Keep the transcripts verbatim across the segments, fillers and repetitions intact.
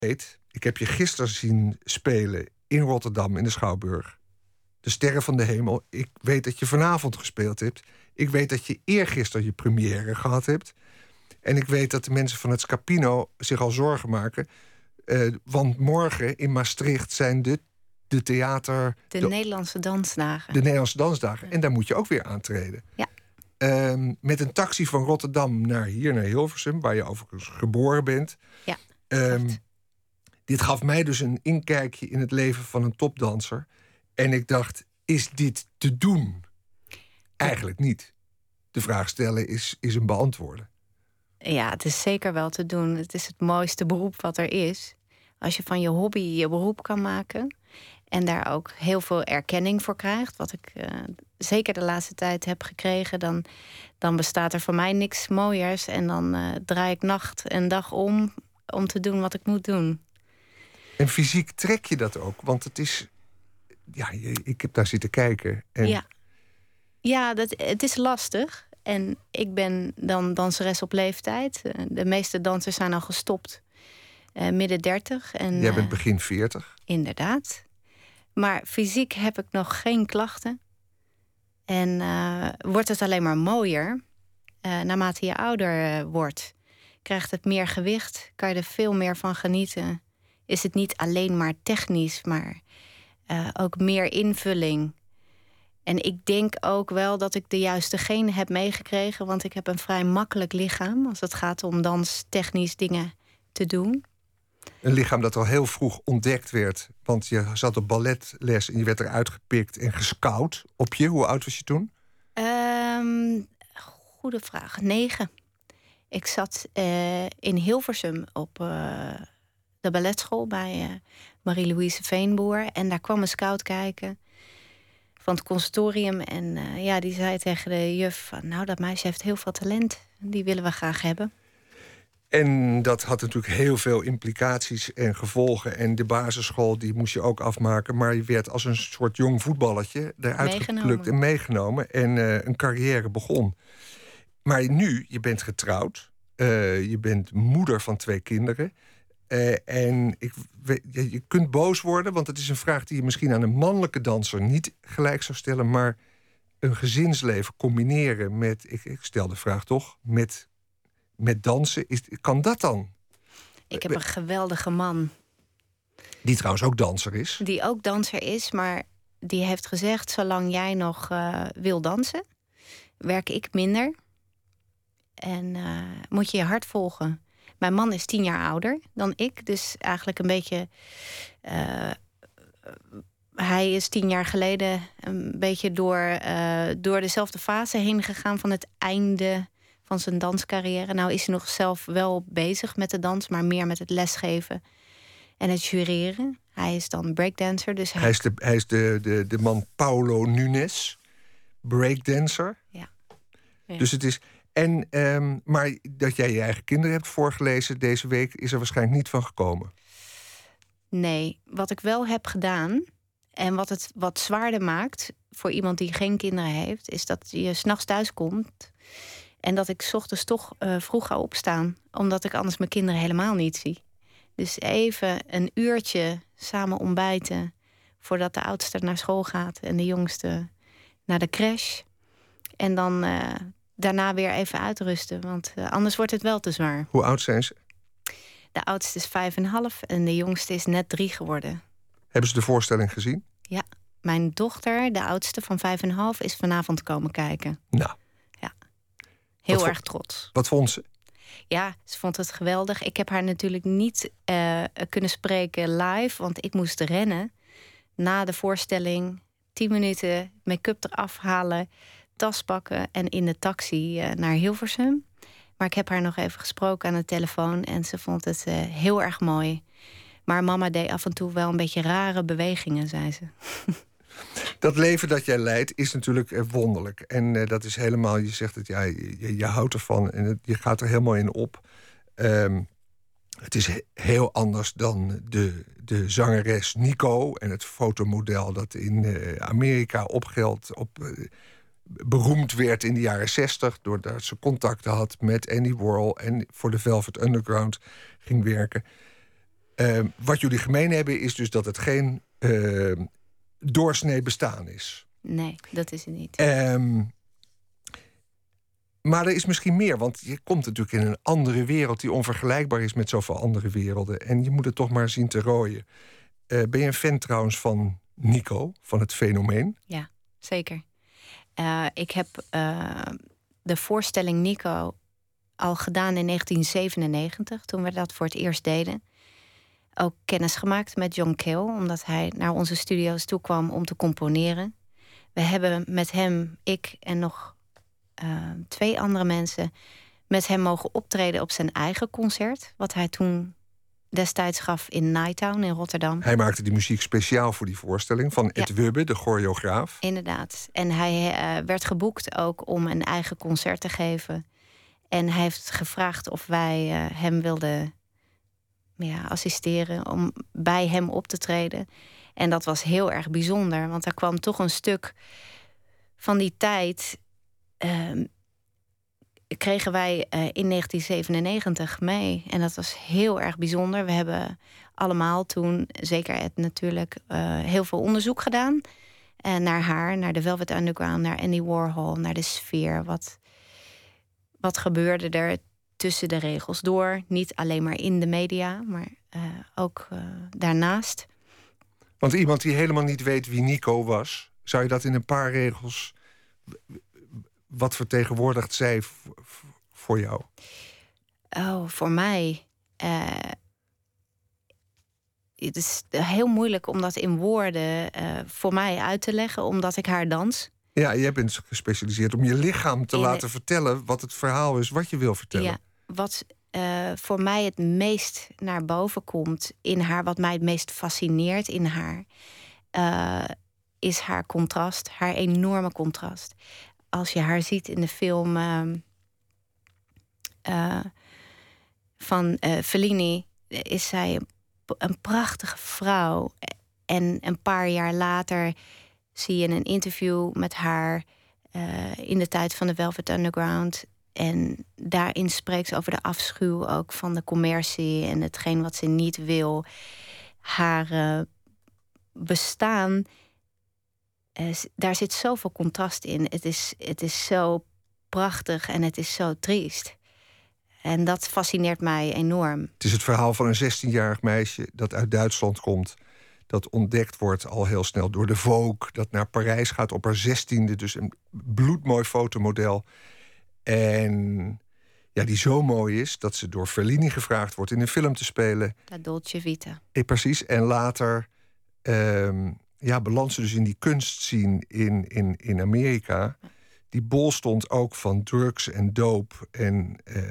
weet, ik heb je gisteren zien spelen in Rotterdam in de Schouwburg. De Sterren van de Hemel. Ik weet dat je vanavond gespeeld hebt. Ik weet dat je eergisteren je première gehad hebt. En ik weet dat de mensen van het Scapino zich al zorgen maken. Uh, want morgen in Maastricht zijn de, de theater... De, de Nederlandse Dansdagen. De Nederlandse Dansdagen. Ja. En daar moet je ook weer aantreden. Ja. Um, met een taxi van Rotterdam naar hier, naar Hilversum, waar je overigens geboren bent. Ja. Um, dit gaf mij dus een inkijkje in het leven van een topdanser. En ik dacht, is dit te doen? Eigenlijk niet. De vraag stellen is, is een beantwoorden. Ja, het is zeker wel te doen. Het is het mooiste beroep wat er is. Als je van je hobby je beroep kan maken en daar ook heel veel erkenning voor krijgt, wat ik uh, zeker de laatste tijd heb gekregen, dan, dan bestaat er voor mij niks mooiers. En dan uh, draai ik nacht en dag om om te doen wat ik moet doen. En fysiek trek je dat ook? Want het is... Ja, ik heb daar zitten kijken. En... Ja, ja dat, het is lastig. En ik ben dan danseres op leeftijd. De meeste dansers zijn al gestopt. Uh, midden dertig. En, Jij bent begin veertig. Uh, inderdaad. Maar fysiek heb ik nog geen klachten. En uh, wordt het alleen maar mooier. Uh, naarmate je ouder uh, wordt, krijgt het meer gewicht. Kan je er veel meer van genieten. Is het niet alleen maar technisch, maar uh, ook meer invulling. En ik denk ook wel dat ik de juiste genen heb meegekregen, want ik heb een vrij makkelijk lichaam als het gaat om danstechnisch dingen te doen. Een lichaam dat al heel vroeg ontdekt werd, want je zat op balletles en je werd eruit gepikt en gescout op je. Hoe oud was je toen? Um, goede vraag. Negen. Ik zat uh, in Hilversum op uh, de balletschool bij uh, Marie-Louise Veenboer. En daar kwam een scout kijken van het conservatorium. En uh, ja, die zei tegen de juf van, nou, dat meisje heeft heel veel talent. Die willen we graag hebben. En dat had natuurlijk heel veel implicaties en gevolgen. En de basisschool, die moest je ook afmaken. Maar je werd als een soort jong voetballetje eruit geplukt en meegenomen. En uh, een carrière begon. Maar nu, je bent getrouwd. Uh, je bent moeder van twee kinderen. Uh, en ik, je, je kunt boos worden, want het is een vraag die je misschien aan een mannelijke danser niet gelijk zou stellen. Maar een gezinsleven combineren met, ik, ik stel de vraag toch, met, met dansen. Is, kan dat dan? Ik heb een geweldige man. Die trouwens ook danser is. Die ook danser is, maar die heeft gezegd, zolang jij nog uh, wil dansen, werk ik minder. En uh, moet je je hart volgen. Mijn man is tien jaar ouder dan ik. Dus eigenlijk een beetje... Uh, hij is tien jaar geleden een beetje door, uh, door dezelfde fase heen gegaan van het einde van zijn danscarrière. Nou is hij nog zelf wel bezig met de dans, maar meer met het lesgeven en het jureren. Hij is dan breakdancer. Dus hij... hij is, de, hij is de, de, de man Paulo Nunes, breakdancer. Ja. Ja. Dus het is... En, um, maar dat jij je eigen kinderen hebt voorgelezen deze week, is er waarschijnlijk niet van gekomen. Nee, wat ik wel heb gedaan en wat het wat zwaarder maakt voor iemand die geen kinderen heeft, is dat je 's nachts thuis komt en dat ik 's ochtends toch uh, vroeg ga opstaan, omdat ik anders mijn kinderen helemaal niet zie. Dus even een uurtje samen ontbijten voordat de oudste naar school gaat en de jongste naar de crash. En dan uh, daarna weer even uitrusten, want uh, anders wordt het wel te zwaar. Hoe oud zijn ze? De oudste is vijf en half en de jongste is net drie geworden. Hebben ze de voorstelling gezien? Ja, mijn dochter, de oudste van vijf en half, is vanavond komen kijken. Nou. Ja, heel wat erg vo- trots. Wat vond ze? Ja, ze vond het geweldig. Ik heb haar natuurlijk niet uh, kunnen spreken live, want ik moest rennen. Na de voorstelling, tien minuten, make-up eraf halen, tas pakken en in de taxi uh, naar Hilversum. Maar ik heb haar nog even gesproken aan de telefoon en ze vond het uh, heel erg mooi. Maar mama deed af en toe wel een beetje rare bewegingen, zei ze. Dat leven dat jij leidt is natuurlijk uh, wonderlijk. En uh, dat is helemaal, je zegt het, ja, je, je houdt ervan en het, je gaat er helemaal in op. Um, het is he- heel anders dan de, de zangeres Nico en het fotomodel dat in uh, Amerika opgeldt, op... Uh, beroemd werd in de jaren zestig... doordat ze contacten had met Andy Warhol en voor de Velvet Underground ging werken. Uh, wat jullie gemeen hebben is dus dat het geen uh, doorsnee bestaan is. Nee, dat is het niet. Um, maar er is misschien meer, want je komt natuurlijk in een andere wereld die onvergelijkbaar is met zoveel andere werelden. En je moet het toch maar zien te rooien. Uh, ben je een fan trouwens van Nico, van het fenomeen? Ja, zeker. Uh, ik heb uh, de voorstelling Nico al gedaan in negentien zevenennegentig, toen we dat voor het eerst deden. Ook kennis gemaakt met John Cale, omdat hij naar onze studio's toe kwam om te componeren. We hebben met hem, ik en nog uh, twee andere mensen, met hem mogen optreden op zijn eigen concert, wat hij toen destijds gaf in Nighttown in Rotterdam. Hij maakte die muziek speciaal voor die voorstelling van Ed ja. Wubbe, de choreograaf. Inderdaad. En hij uh, werd geboekt ook om een eigen concert te geven. En hij heeft gevraagd of wij uh, hem wilden ja, assisteren om bij hem op te treden. En dat was heel erg bijzonder, want daar kwam toch een stuk van die tijd Uh, kregen wij uh, in negentien zevenennegentig mee. En dat was heel erg bijzonder. We hebben allemaal toen, zeker Ed natuurlijk, uh, heel veel onderzoek gedaan. Uh, naar haar, naar de Velvet Underground, naar Andy Warhol, naar de sfeer. Wat, wat gebeurde er tussen de regels door? Niet alleen maar in de media, maar uh, ook uh, daarnaast. Want iemand die helemaal niet weet wie Nico was, zou je dat in een paar regels, wat vertegenwoordigt zij voor jou? Oh, voor mij. Uh, het is heel moeilijk om dat in woorden uh, voor mij uit te leggen, omdat ik haar dans. Ja, jij bent gespecialiseerd om je lichaam te in laten de... vertellen wat het verhaal is wat je wil vertellen. Ja, wat uh, voor mij het meest naar boven komt in haar, wat mij het meest fascineert in haar, uh, is haar contrast, haar enorme contrast. Als je haar ziet in de film uh, uh, van uh, Fellini, is zij een, een prachtige vrouw. En een paar jaar later zie je een interview met haar uh, in de tijd van de Velvet Underground. En daarin spreekt ze over de afschuw ook van de commercie en hetgeen wat ze niet wil. Haar uh, bestaan, uh, daar zit zoveel contrast in. Het is, het is zo prachtig en het is zo triest. En dat fascineert mij enorm. Het is het verhaal van een zestienjarig meisje dat uit Duitsland komt, dat ontdekt wordt al heel snel door de Vogue, dat naar Parijs gaat op haar zestiende, dus een bloedmooi fotomodel. En ja, die zo mooi is dat ze door Fellini gevraagd wordt in een film te spelen. La Dolce Vita. Eh, precies. En later um, ja, belandt ze dus in die kunstscene in, in, in Amerika. Die bol stond ook van drugs en dope. En uh,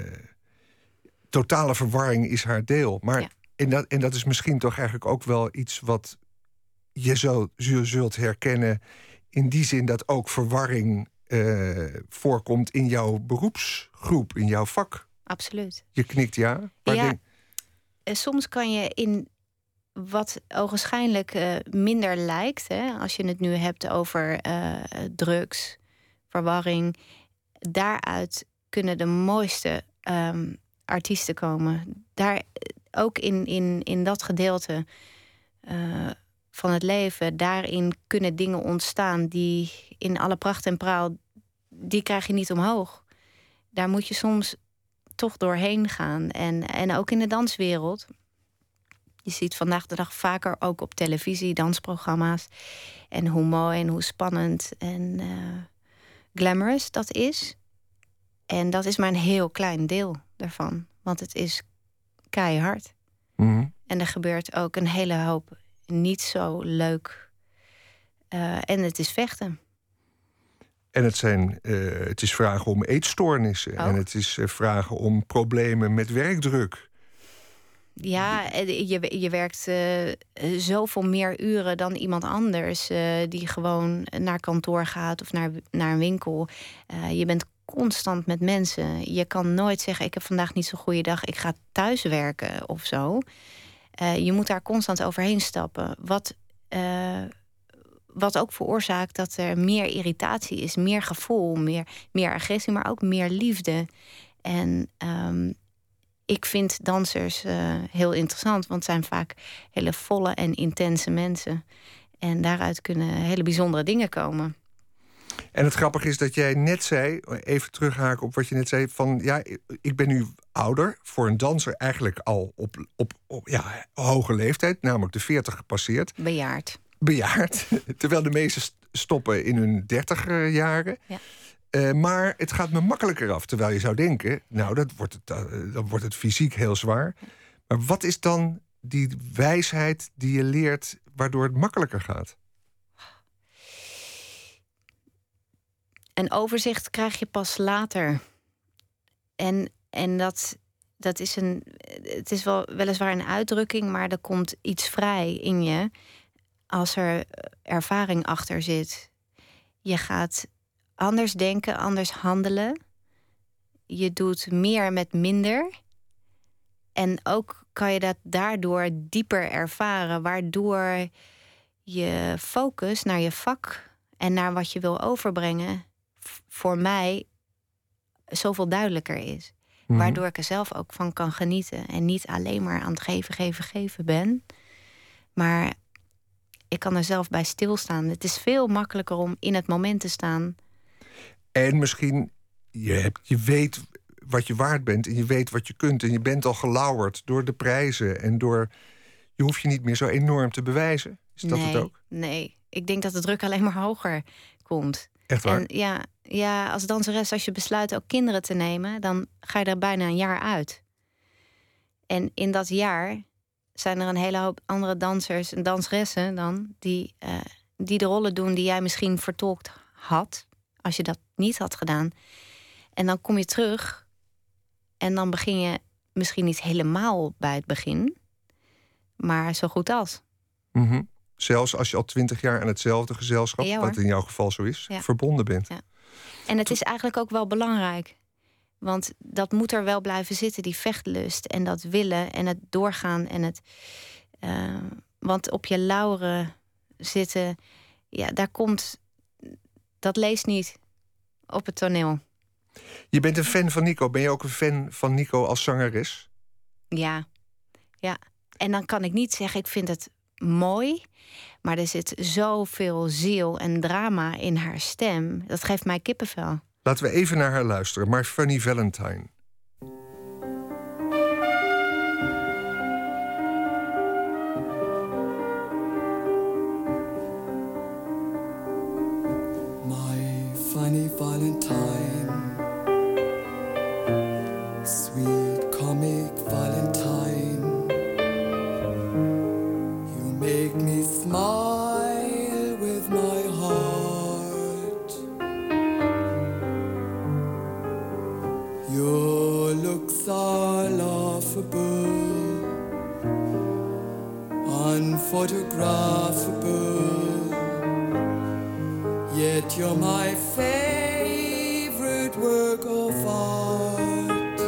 totale verwarring is haar deel. Maar ja. en, dat, en dat is misschien toch eigenlijk ook wel iets wat je zo zult herkennen, in die zin dat ook verwarring Uh, voorkomt in jouw beroepsgroep, in jouw vak. Absoluut. Je knikt ja. Maar ja, denk... soms kan je in wat ogenschijnlijk uh, minder lijkt, hè, als je het nu hebt over uh, drugs, verwarring, daaruit kunnen de mooiste um, artiesten komen. Daar, ook in, in, in dat gedeelte Uh, van het leven, daarin kunnen dingen ontstaan die in alle pracht en praal, die krijg je niet omhoog. Daar moet je soms toch doorheen gaan. En, en ook in de danswereld. Je ziet vandaag de dag vaker ook op televisie dansprogramma's. En hoe mooi en hoe spannend en uh, glamorous dat is. En dat is maar een heel klein deel daarvan. Want het is keihard. Mm-hmm. En er gebeurt ook een hele hoop niet zo leuk. Uh, en het is vechten. En het, zijn, uh, het is vragen om eetstoornissen. Oh. En het is uh, vragen om problemen met werkdruk. Ja, je, je werkt uh, zoveel meer uren dan iemand anders Uh, die gewoon naar kantoor gaat of naar, naar een winkel. Uh, je bent constant met mensen. Je kan nooit zeggen, ik heb vandaag niet zo'n goede dag, ik ga thuis werken of zo. Uh, je moet daar constant overheen stappen. Wat, uh, wat ook veroorzaakt dat er meer irritatie is, meer gevoel, meer, meer agressie, maar ook meer liefde. En um, ik vind dansers uh, heel interessant, want het zijn vaak hele volle en intense mensen. En daaruit kunnen hele bijzondere dingen komen. En het grappige is dat jij net zei, even terughaken op wat je net zei, van ja, ik ben nu ouder, voor een danser eigenlijk al op, op, op ja, hoge leeftijd, namelijk de veertig gepasseerd. Bejaard. Bejaard, terwijl de meesten stoppen in hun dertiger jaren. Ja. Uh, maar het gaat me makkelijker af, terwijl je zou denken, nou, dat wordt het, uh, dan wordt het fysiek heel zwaar. Maar wat is dan die wijsheid die je leert, waardoor het makkelijker gaat? Een overzicht krijg je pas later. En, en dat, dat is een. Het is wel weliswaar een uitdrukking, maar er komt iets vrij in je als er ervaring achter zit. Je gaat anders denken, anders handelen. Je doet meer met minder. En ook kan je dat daardoor dieper ervaren, waardoor je focus naar je vak en naar wat je wil overbrengen voor mij zoveel duidelijker is. Mm-hmm. Waardoor ik er zelf ook van kan genieten. En niet alleen maar aan het geven, geven, geven ben. Maar ik kan er zelf bij stilstaan. Het is veel makkelijker om in het moment te staan. En misschien, je, hebt, je weet wat je waard bent en je weet wat je kunt. En je bent al gelauwerd door de prijzen. En door, je hoeft je niet meer zo enorm te bewijzen. Is dat nee, het ook? Nee, ik denk dat de druk alleen maar hoger komt. Echt waar? En ja, ja, als danseres, als je besluit ook kinderen te nemen, dan ga je er bijna een jaar uit. En in dat jaar zijn er een hele hoop andere dansers en danseressen dan die, uh, die de rollen doen die jij misschien vertolkt had, als je dat niet had gedaan. En dan kom je terug en dan begin je misschien niet helemaal bij het begin, maar zo goed als. Mm-hmm. Zelfs als je al twintig jaar aan hetzelfde gezelschap, ja, wat in jouw geval zo is, ja, verbonden bent. Ja. En het is eigenlijk ook wel belangrijk. Want dat moet er wel blijven zitten, die vechtlust en dat willen en het doorgaan. En het, uh, want op je lauren zitten, ja, daar komt, dat leest niet op het toneel. Je bent een fan van Nico. Ben je ook een fan van Nico als zangeres? Ja, ja. En dan kan ik niet zeggen, ik vind het mooi, maar er zit zoveel ziel en drama in haar stem. Dat geeft mij kippenvel. Laten we even naar haar luisteren. My Funny Valentine. My funny Valentine, sweet comic Valentine, you make me smile with my heart. Your looks are laughable, unphotographable, yet you're my favorite work of art.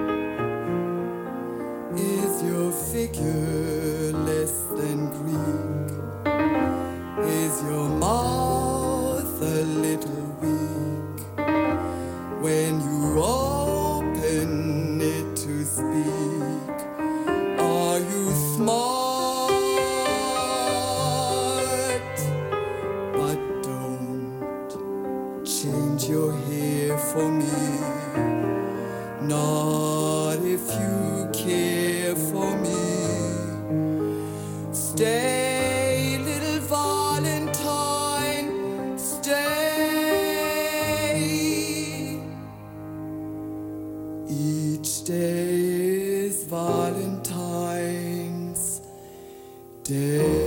Is your figure less than Greek? Is your mouth a little weak when you open it to speak? Are you smart? But don't change your hair for me, not if you care for me. Stay, little Valentine, stay. Each day is Valentine's Day.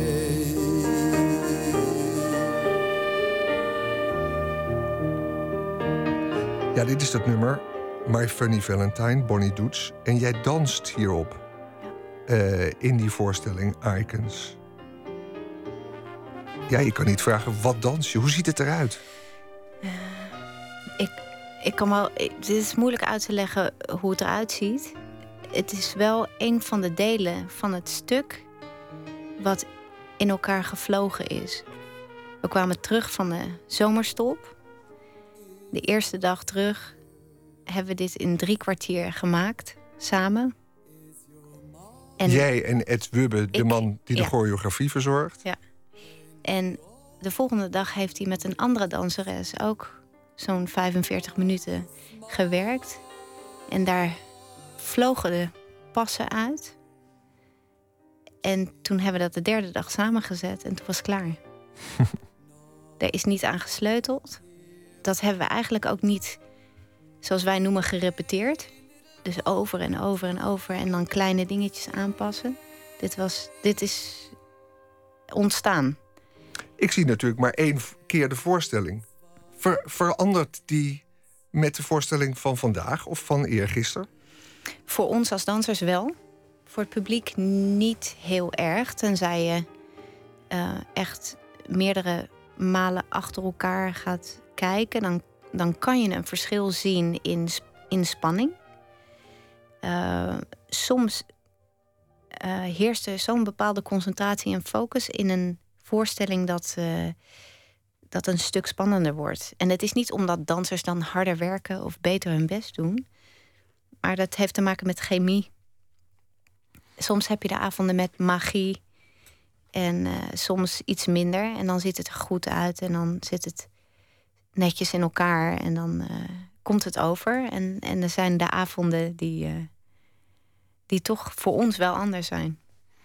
Ja, dit is dat nummer, My Funny Valentine, Bonnie Doets. En jij danst hierop, uh, in die voorstelling Icons. Ja, je kan niet vragen, wat dans je? Hoe ziet het eruit? Uh, ik, ik kan wel... Het is moeilijk uit te leggen hoe het eruit ziet. Het is wel een van de delen van het stuk wat in elkaar gevlogen is. We kwamen terug van de zomerstop. De eerste dag terug hebben we dit in drie kwartier gemaakt. samen. En jij en Ed Wubbe, de ik, man die de ja. choreografie verzorgt. Ja. En de volgende dag heeft hij met een andere danseres ook zo'n vijfenveertig minuten gewerkt. En daar vlogen de passen uit. En toen hebben we dat de derde dag samengezet en toen was het klaar. Er is niet aan gesleuteld. Dat hebben we eigenlijk ook niet, zoals wij noemen, gerepeteerd. Dus over en over en over en dan kleine dingetjes aanpassen. Dit, was, dit is ontstaan. Ik zie natuurlijk maar één keer de voorstelling. Ver, verandert die met de voorstelling van vandaag of van eergisteren? Voor ons als dansers wel. Voor het publiek niet heel erg. Tenzij je uh, echt meerdere malen achter elkaar gaat kijken. Dan, dan kan je een verschil zien in, in spanning. Uh, soms uh, heerst er zo'n bepaalde concentratie en focus in een voorstelling dat, uh, dat een stuk spannender wordt. En het is niet omdat dansers dan harder werken of beter hun best doen. Maar dat heeft te maken met chemie. Soms heb je de avonden met magie. En uh, soms iets minder. En dan ziet het er goed uit. En dan zit het netjes in elkaar. En dan uh, komt het over. En, en er zijn de avonden die, uh, die toch voor ons wel anders zijn.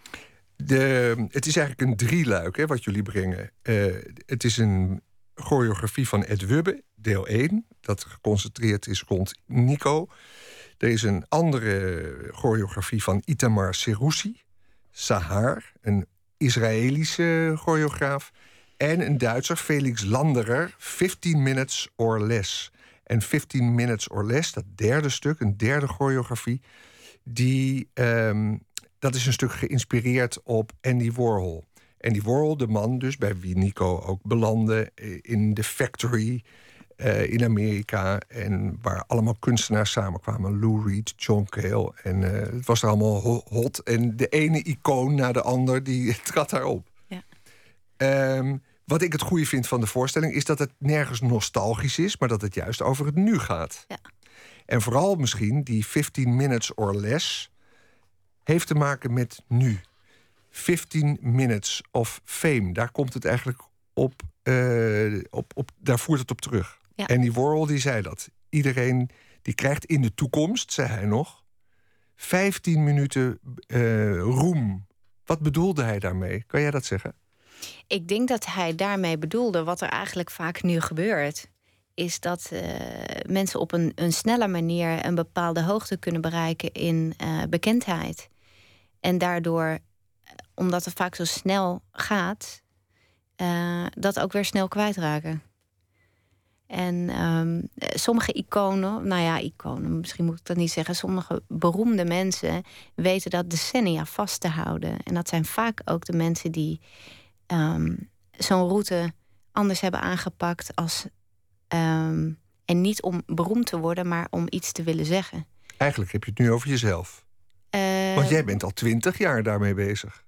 De, het is eigenlijk een drieluik hè, wat jullie brengen. Uh, het is een choreografie van Ed Wubbe, deel één. Dat geconcentreerd is rond Nico. Er is een andere choreografie van Itamar Seroussi, Sahar, een Israëlische choreograaf. En een Duitser, Felix Landerer, fifteen minutes or less. En fifteen minutes or less, dat derde stuk, een derde choreografie, die, um, dat is een stuk geïnspireerd op Andy Warhol. Andy Warhol, de man dus bij wie Nico ook belandde in The Factory uh, in Amerika. En waar allemaal kunstenaars samenkwamen. Lou Reed, John Cale. En uh, het was er allemaal hot. En de ene icoon na de ander, die trad daarop. Ja. Um, wat ik het goede vind van de voorstelling is dat het nergens nostalgisch is, maar dat het juist over het nu gaat. Ja. En vooral misschien die fifteen minutes or less heeft te maken met nu. fifteen minutes of fame, daar komt het eigenlijk op, uh, op, op daar voert het op terug. Ja. En die Warhol die zei dat. Iedereen die krijgt in de toekomst, zei hij nog, vijftien minuten uh, roem. Wat bedoelde hij daarmee? Kan jij dat zeggen? Ik denk dat hij daarmee bedoelde wat er eigenlijk vaak nu gebeurt. Is dat uh, mensen op een, een snelle manier een bepaalde hoogte kunnen bereiken in uh, bekendheid. En daardoor, omdat het vaak zo snel gaat, uh, dat ook weer snel kwijtraken. En um, sommige iconen, nou ja, iconen, misschien moet ik dat niet zeggen. Sommige beroemde mensen weten dat decennia vast te houden. En dat zijn vaak ook de mensen die um, zo'n route anders hebben aangepakt als Um, en niet om beroemd te worden, maar om iets te willen zeggen. Eigenlijk heb je het nu over jezelf. Uh, Want jij bent al twintig jaar daarmee bezig.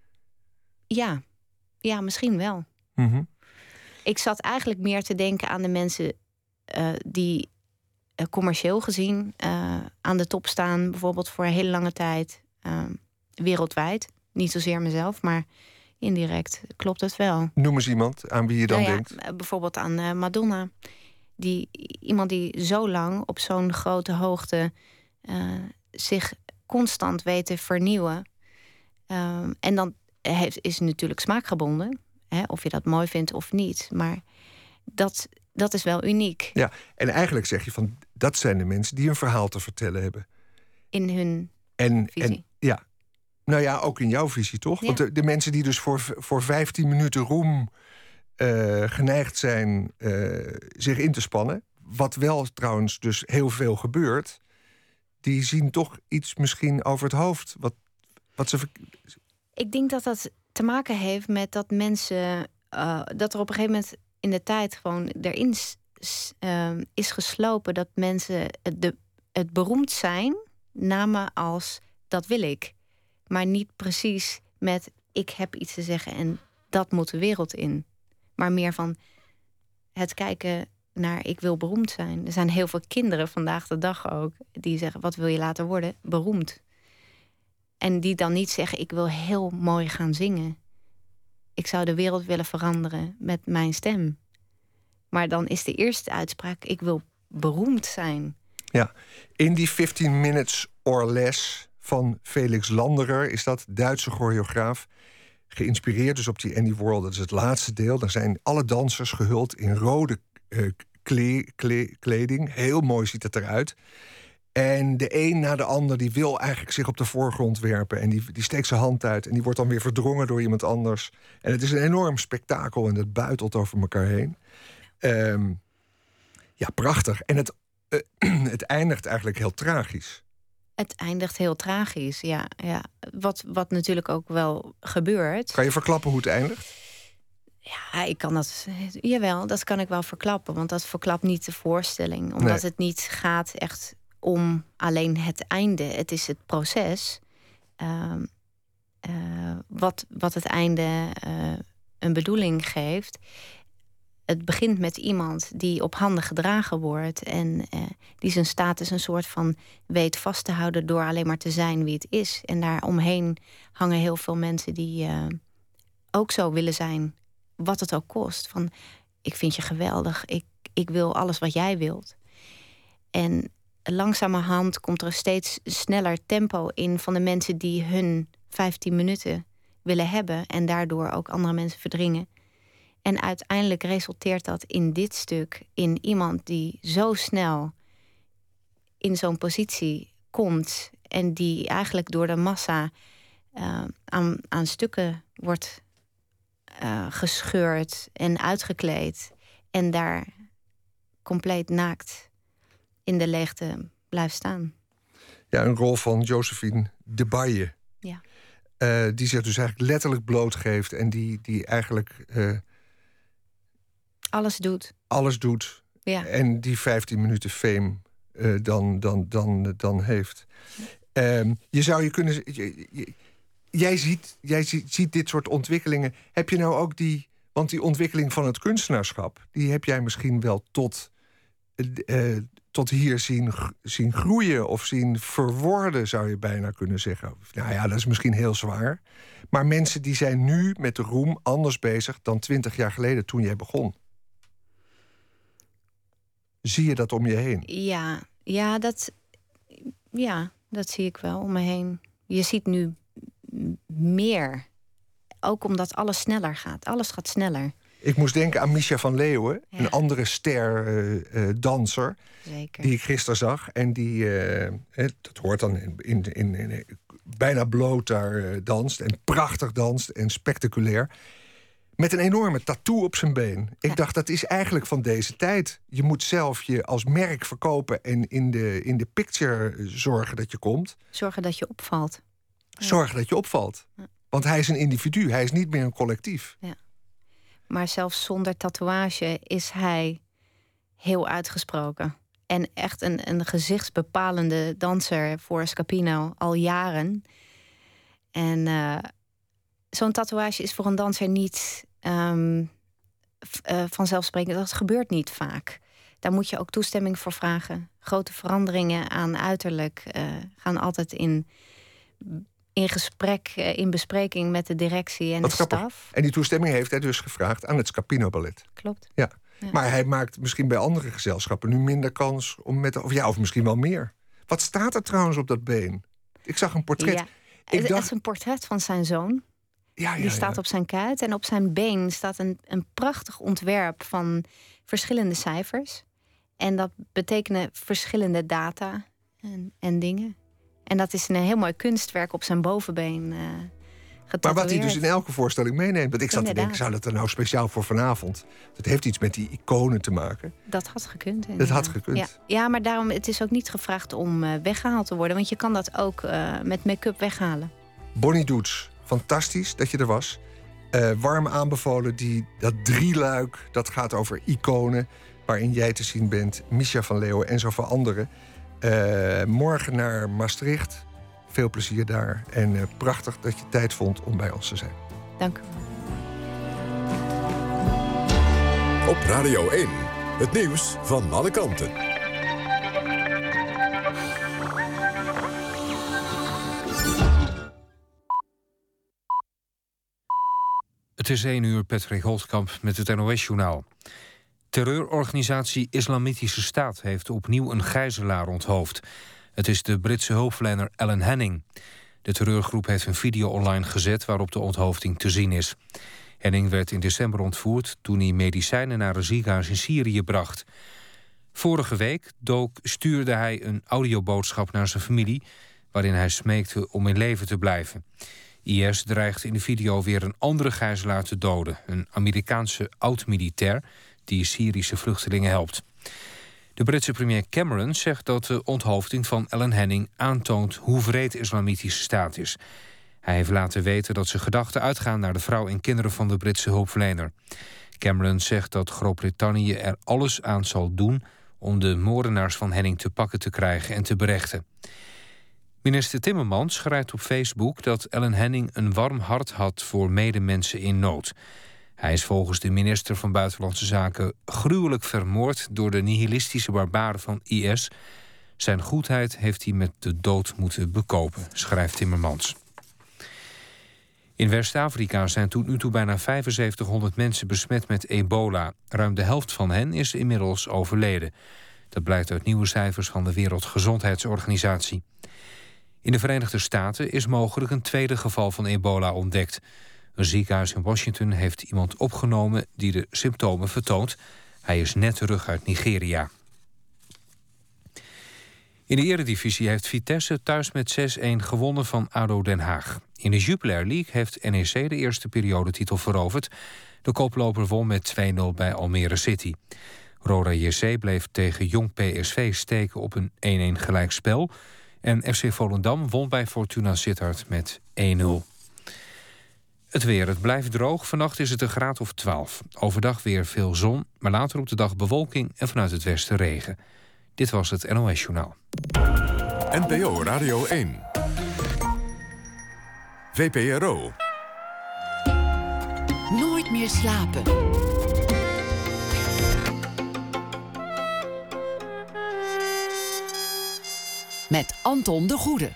Ja, ja, misschien wel. Mm-hmm. Ik zat eigenlijk meer te denken aan de mensen uh, die uh, commercieel gezien uh, aan de top staan. Bijvoorbeeld voor een hele lange tijd uh, wereldwijd. Niet zozeer mezelf, maar indirect klopt het wel. Noem eens iemand aan wie je dan nou ja, denkt. Bijvoorbeeld aan uh, Madonna. Die, iemand die zo lang op zo'n grote hoogte uh, zich constant weet te vernieuwen. Um, en dan heeft, is het natuurlijk smaakgebonden. Hè, of je dat mooi vindt of niet. Maar dat, dat is wel uniek. Ja, en eigenlijk zeg je van, dat zijn de mensen die een verhaal te vertellen hebben. In hun en, visie. En, ja. Nou ja, ook in jouw visie, toch? Ja. Want de, de mensen die dus voor, voor vijftien minuten roem uh, geneigd zijn uh, zich in te spannen, wat wel trouwens dus heel veel gebeurt, die zien toch iets misschien over het hoofd. Wat, wat ze... Ik denk dat dat te maken heeft met dat mensen, uh, dat er op een gegeven moment in de tijd gewoon erin uh, is geslopen dat mensen de, het beroemd zijn namen als dat wil ik. Maar niet precies met ik heb iets te zeggen en dat moet de wereld in. Maar meer van het kijken naar ik wil beroemd zijn. Er zijn heel veel kinderen vandaag de dag ook die zeggen, wat wil je later worden? Beroemd. En die dan niet zeggen, ik wil heel mooi gaan zingen. Ik zou de wereld willen veranderen met mijn stem. Maar dan is de eerste uitspraak, ik wil beroemd zijn. Ja, in die fifteen minutes or less van Felix Landerer is dat, Duitse choreograaf. Geïnspireerd dus op die Andy Warhol, dat is het laatste deel. Daar zijn alle dansers gehuld in rode uh, kle- kle- kleding. Heel mooi ziet het eruit. En de een na de ander die wil eigenlijk zich op de voorgrond werpen. En die, die steekt zijn hand uit en die wordt dan weer verdrongen door iemand anders. En het is een enorm spektakel en het buitelt over elkaar heen. Um, ja, prachtig. En het, uh, het eindigt eigenlijk heel tragisch. Het eindigt heel tragisch, ja. ja. Wat, wat natuurlijk ook wel gebeurt. Kan je verklappen hoe het eindigt? Ja, ik kan dat... Jawel, dat kan ik wel verklappen. Want dat verklapt niet de voorstelling. Omdat nee. het niet gaat echt om alleen het einde. Het is het proces. Uh, uh, wat, wat het einde uh, een bedoeling geeft. Het begint met iemand die op handen gedragen wordt. En uh, die zijn status een soort van weet vast te houden door alleen maar te zijn wie het is. En daaromheen hangen heel veel mensen die uh, ook zo willen zijn. Wat het ook kost. Van, ik vind je geweldig. Ik, ik wil alles wat jij wilt. En langzamerhand komt er steeds sneller tempo in van de mensen die hun vijftien minuten willen hebben. En daardoor ook andere mensen verdringen. En uiteindelijk resulteert dat in dit stuk in iemand die zo snel in zo'n positie komt en die eigenlijk door de massa uh, aan, aan stukken wordt uh, gescheurd en uitgekleed en daar compleet naakt in de leegte blijft staan. Ja, een rol van Josephine de Baye. Ja. Uh, die zich dus eigenlijk letterlijk blootgeeft en die, die eigenlijk... Uh, Alles doet. Alles doet. Ja. En die vijftien minuten fame uh, dan, dan, dan, dan heeft. Um, je zou je kunnen... Je, je, jij ziet, jij ziet, ziet dit soort ontwikkelingen. Heb je nou ook die... Want die ontwikkeling van het kunstenaarschap... die heb jij misschien wel tot, uh, tot hier zien, zien groeien... of zien verworden, zou je bijna kunnen zeggen. Nou ja, dat is misschien heel zwaar. Maar mensen die zijn nu met de roem anders bezig... dan twintig jaar geleden toen jij begon. Zie je dat om je heen? Ja, ja, dat, ja, dat zie ik wel om me heen. Je ziet nu meer. Ook omdat alles sneller gaat. Alles gaat sneller. Ik moest denken aan Misha van Leeuwen. Ja. Een andere ster uh, uh, danser. Zeker. Die ik gisteren zag. En die, uh, he, dat hoort dan in, in, in, in bijna bloot daar uh, danst. En prachtig danst en spectaculair. Met een enorme tattoo op zijn been. Ik ja. dacht, dat is eigenlijk van deze tijd. Je moet zelf je als merk verkopen... en in de, in de picture zorgen dat je komt. Zorgen dat je opvalt. Zorgen ja. dat je opvalt. Ja. Want hij is een individu, hij is niet meer een collectief. Ja. Maar zelfs zonder tatoeage is hij heel uitgesproken. En echt een, een gezichtsbepalende danser voor Scapino al jaren. En... Uh, Zo'n tatoeage is voor een danser niet um, uh, vanzelfsprekend. Dat gebeurt niet vaak. Daar moet je ook toestemming voor vragen. Grote veranderingen aan uiterlijk uh, gaan altijd in, in gesprek, uh, in bespreking met de directie en Wat de grappig. staf. En die toestemming heeft hij dus gevraagd aan het Scapino Ballet. Klopt. Ja. Ja. Maar hij maakt misschien bij andere gezelschappen nu minder kans om met... Of ja, of misschien wel meer. Wat staat er trouwens op dat been? Ik zag een portret. Ja. Ik het dacht... is een portret van zijn zoon. Ja, ja, die staat ja. op zijn kuit en op zijn been staat een, een prachtig ontwerp van verschillende cijfers. En dat betekenen verschillende data en, en dingen. En dat is een heel mooi kunstwerk op zijn bovenbeen uh, getatoeëerd. Maar wat hij dus in elke voorstelling meeneemt. Want ik zat Inderdaad. te denken, zou dat er nou speciaal voor vanavond? Dat heeft iets met die iconen te maken. Dat had gekund. Dat had gekund. Ja, ja, maar daarom het is ook niet gevraagd om uh, weggehaald te worden. Want je kan dat ook uh, met make-up weghalen. Bonnie Doets. Fantastisch dat je er was. Uh, warm aanbevolen, die, dat drieluik, dat gaat over iconen... waarin jij te zien bent, Misha van Leeuwen en zoveel anderen. Uh, morgen naar Maastricht. Veel plezier daar. En uh, prachtig dat je tijd vond om bij ons te zijn. Dank u. Op Radio één, Het nieuws van alle kanten. Het is één uur, Patrick Holtkamp met het N O S-journaal. Terreurorganisatie Islamitische Staat heeft opnieuw een gijzelaar onthoofd. Het is de Britse hulpverlener Alan Henning. De terreurgroep heeft een video online gezet waarop de onthoofding te zien is. Henning werd in december ontvoerd toen hij medicijnen naar een ziekenhuis in Syrië bracht. Vorige week dook, stuurde hij een audioboodschap naar zijn familie waarin hij smeekte om in leven te blijven. I S dreigt in de video weer een andere gijzelaar te doden, een Amerikaanse oud-militair die Syrische vluchtelingen helpt. De Britse premier Cameron zegt dat de onthoofding van Alan Henning aantoont hoe wreed de Islamitische Staat is. Hij heeft laten weten dat zijn gedachten uitgaan naar de vrouw en kinderen van de Britse hulpverlener. Cameron zegt dat Groot-Brittannië er alles aan zal doen om de moordenaars van Henning te pakken te krijgen en te berechten. Minister Timmermans schrijft op Facebook dat Alan Henning een warm hart had voor medemensen in nood. Hij is volgens de minister van Buitenlandse Zaken gruwelijk vermoord door de nihilistische barbaren van I S. Zijn goedheid heeft hij met de dood moeten bekopen, schrijft Timmermans. In West-Afrika zijn tot nu toe bijna vijfenzeventighonderd mensen besmet met ebola. Ruim de helft van hen is inmiddels overleden. Dat blijkt uit nieuwe cijfers van de Wereldgezondheidsorganisatie. In de Verenigde Staten is mogelijk een tweede geval van ebola ontdekt. Een ziekenhuis in Washington heeft iemand opgenomen die de symptomen vertoont. Hij is net terug uit Nigeria. In de Eredivisie heeft Vitesse thuis met zes-een gewonnen van A D O Den Haag. In de Jupiler League heeft N E C de eerste periodetitel veroverd. De koploper won met twee nul bij Almere City. Roda J C bleef tegen Jong P S V steken op een één-één gelijkspel. En F C Volendam won bij Fortuna Sittard met één nul. Het weer, het blijft droog. Vannacht is het een graad of twaalf. Overdag weer veel zon, maar later op de dag bewolking en vanuit het westen regen. Dit was het N O S-journaal. N P O Radio één. V P R O. Nooit meer slapen. Met Anton de Goede.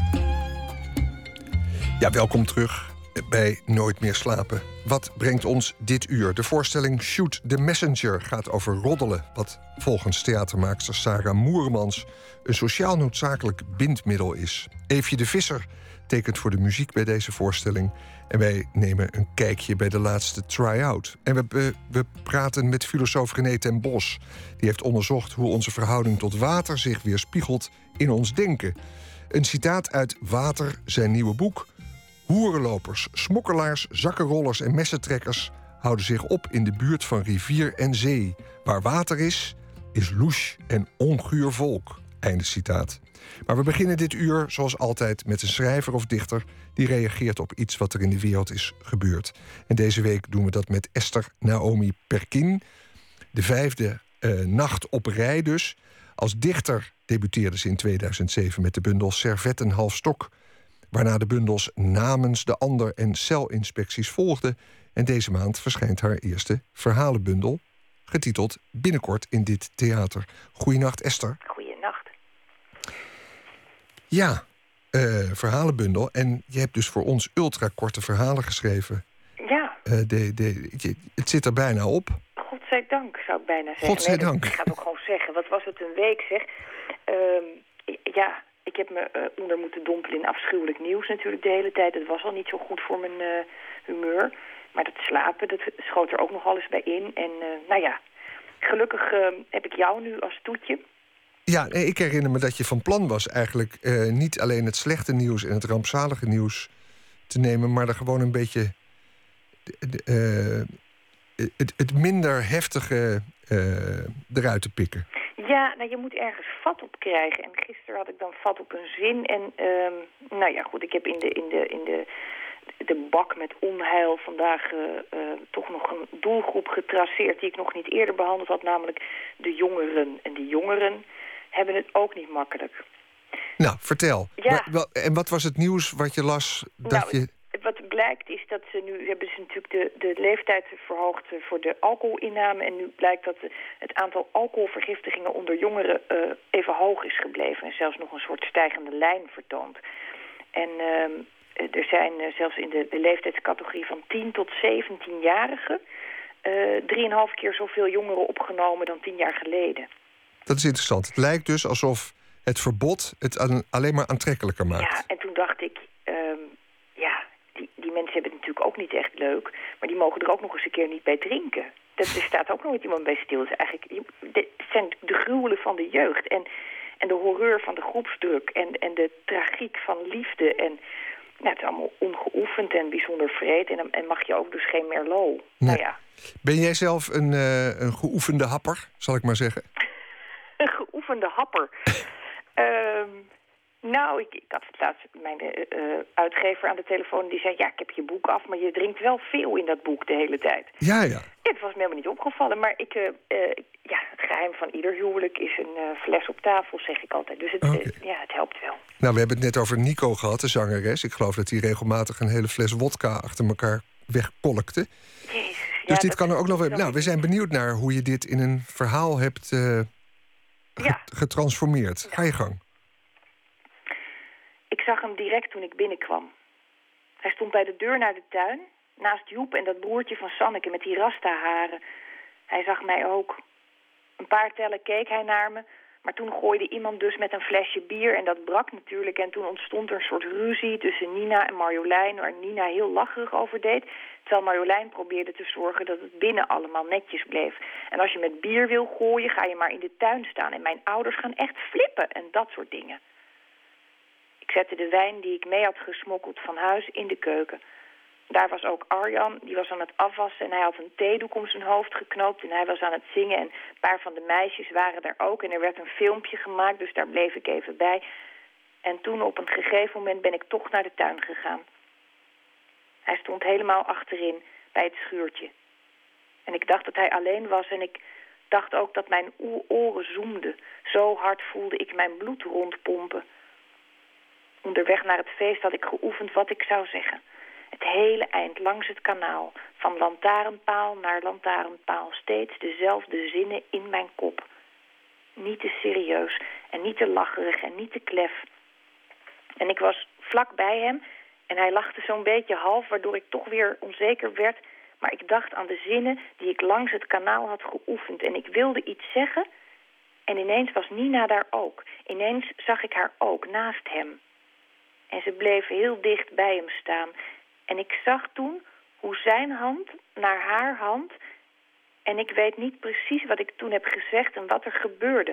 Ja, welkom terug bij Nooit meer slapen. Wat brengt ons dit uur? De voorstelling Shoot the Messenger gaat over roddelen, wat volgens theatermaakster Sarah Moermans een sociaal noodzakelijk bindmiddel is. Eefje de Visser tekent voor de muziek bij deze voorstelling. En wij nemen een kijkje bij de laatste try-out. En we, we, we praten met filosoof René ten Bos. Die heeft onderzocht hoe onze verhouding tot water zich weerspiegelt in ons denken. Een citaat uit Water, zijn nieuwe boek. Hoerenlopers, smokkelaars, zakkenrollers en messentrekkers houden zich op in de buurt van rivier en zee. Waar water is, is louche en onguur volk. Einde citaat. Maar we beginnen dit uur, zoals altijd, met een schrijver of dichter die reageert op iets wat er in de wereld is gebeurd. En deze week doen we dat met Esther Naomi Perkin. De vijfde uh, nacht op rij dus. Als dichter debuteerde ze in tweeduizend zeven met de bundel Servetten half stok, waarna de bundels Namens de Ander en Celinspecties volgden. En deze maand verschijnt haar eerste verhalenbundel, getiteld Binnenkort in dit theater. Goeienacht, Esther. Goeienacht. Ja, uh, verhalenbundel. En je hebt dus voor ons ultrakorte verhalen geschreven. Ja. Uh, de, de, je, het zit er bijna op. Godzijdank, zou ik bijna zeggen. Godzijdank. Nee, ik ga het ook gewoon zeggen. Wat was het een week, zeg. Uh, ja, ik heb me uh, onder moeten dompelen in afschuwelijk nieuws natuurlijk de hele tijd. Het was al niet zo goed voor mijn uh, humeur. Maar dat slapen, dat schoot er ook nog alles bij in. En uh, nou ja, gelukkig uh, heb ik jou nu als toetje. Ja, ik herinner me dat je van plan was eigenlijk uh, niet alleen het slechte nieuws en het rampzalige nieuws te nemen, maar er gewoon een beetje uh, het, het minder heftige uh, eruit te pikken. Ja, nou je moet ergens vat op krijgen. En gisteren had ik dan vat op een zin. En uh, nou ja, goed, ik heb in de, in de, in de, de bak met onheil vandaag uh, uh, toch nog een doelgroep getraceerd die ik nog niet eerder behandeld had, namelijk de jongeren. En die jongeren hebben het ook niet makkelijk. Nou, vertel. Ja. Maar, en wat was het nieuws wat je las? Dat nou, je... wat bleek blijkt is dat ze nu hebben ze natuurlijk de, de leeftijd verhoogd voor de alcoholinname. En nu blijkt dat de, het aantal alcoholvergiftigingen onder jongeren uh, even hoog is gebleven. En zelfs nog een soort stijgende lijn vertoont. En uh, er zijn uh, zelfs in de, de leeftijdscategorie van tien tot zeventienjarigen... Uh, drieënhalf keer zoveel jongeren opgenomen dan tien jaar geleden. Dat is interessant. Het lijkt dus alsof het verbod het aan, alleen maar aantrekkelijker maakt. Ja, en toen dacht ik... Um, ja, die, die mensen hebben het natuurlijk ook niet echt leuk... maar die mogen er ook nog eens een keer niet bij drinken. Dat, er staat ook nooit iemand bij stil. Dus eigenlijk, het zijn de gruwelen van de jeugd... en, en de horreur van de groepsdruk... en, en de tragiek van liefde... en nou, het is allemaal ongeoefend en bijzonder vreed... en, en mag je ook dus geen Merlot. Nee. Nou ja. Ben jij zelf een, uh, een geoefende happer, zal ik maar zeggen? Een geoefende happer? um, nou, ik, ik had laatst mijn uh, uitgever aan de telefoon... die zei, ja, ik heb je boek af, maar je drinkt wel veel in dat boek de hele tijd. Ja, ja. Ja, het was me helemaal niet opgevallen, maar ik, uh, uh, ja, het geheim van ieder huwelijk is een uh, fles op tafel, zeg ik altijd. Dus het, okay. uh, ja, het helpt wel. Nou, we hebben het net over Nico gehad, de zangeres. Ik geloof dat hij regelmatig een hele fles wodka achter elkaar wegkolkte. Jezus, dus ja, dit kan er ook nog wel... Nou, we zijn benieuwd naar hoe je dit in een verhaal hebt uh, ja. getransformeerd. Ga je gang. Ik zag hem direct toen ik binnenkwam. Hij stond bij de deur naar de tuin, naast Joep en dat broertje van Sanneke met die rasta-haren. Hij zag mij ook. Een paar tellen keek hij naar me, maar toen gooide iemand dus met een flesje bier en dat brak natuurlijk. En toen ontstond er een soort ruzie tussen Nina en Marjolein, waar Nina heel lacherig over deed. Terwijl Marjolein probeerde te zorgen dat het binnen allemaal netjes bleef. En als je met bier wil gooien, ga je maar in de tuin staan. En mijn ouders gaan echt flippen en dat soort dingen. Ik zette de wijn die ik mee had gesmokkeld van huis in de keuken. Daar was ook Arjan, die was aan het afwassen en hij had een theedoek om zijn hoofd geknoopt en hij was aan het zingen. En een paar van de meisjes waren daar ook en er werd een filmpje gemaakt, dus daar bleef ik even bij. En toen op een gegeven moment ben ik toch naar de tuin gegaan. Hij stond helemaal achterin bij het schuurtje. En ik dacht dat hij alleen was en ik dacht ook dat mijn oren zoemden. Zo hard voelde ik mijn bloed rondpompen. Onderweg naar het feest had ik geoefend wat ik zou zeggen. Het hele eind langs het kanaal. Van lantaarnpaal naar lantaarnpaal. Steeds dezelfde zinnen in mijn kop. Niet te serieus en niet te lacherig en niet te klef. En ik was vlak bij hem en hij lachte zo'n beetje half, waardoor ik toch weer onzeker werd. Maar ik dacht aan de zinnen die ik langs het kanaal had geoefend. En ik wilde iets zeggen en ineens was Nina daar ook. Ineens zag ik haar ook naast hem. En ze bleef heel dicht bij hem staan. En ik zag toen hoe zijn hand naar haar hand... en ik weet niet precies wat ik toen heb gezegd en wat er gebeurde.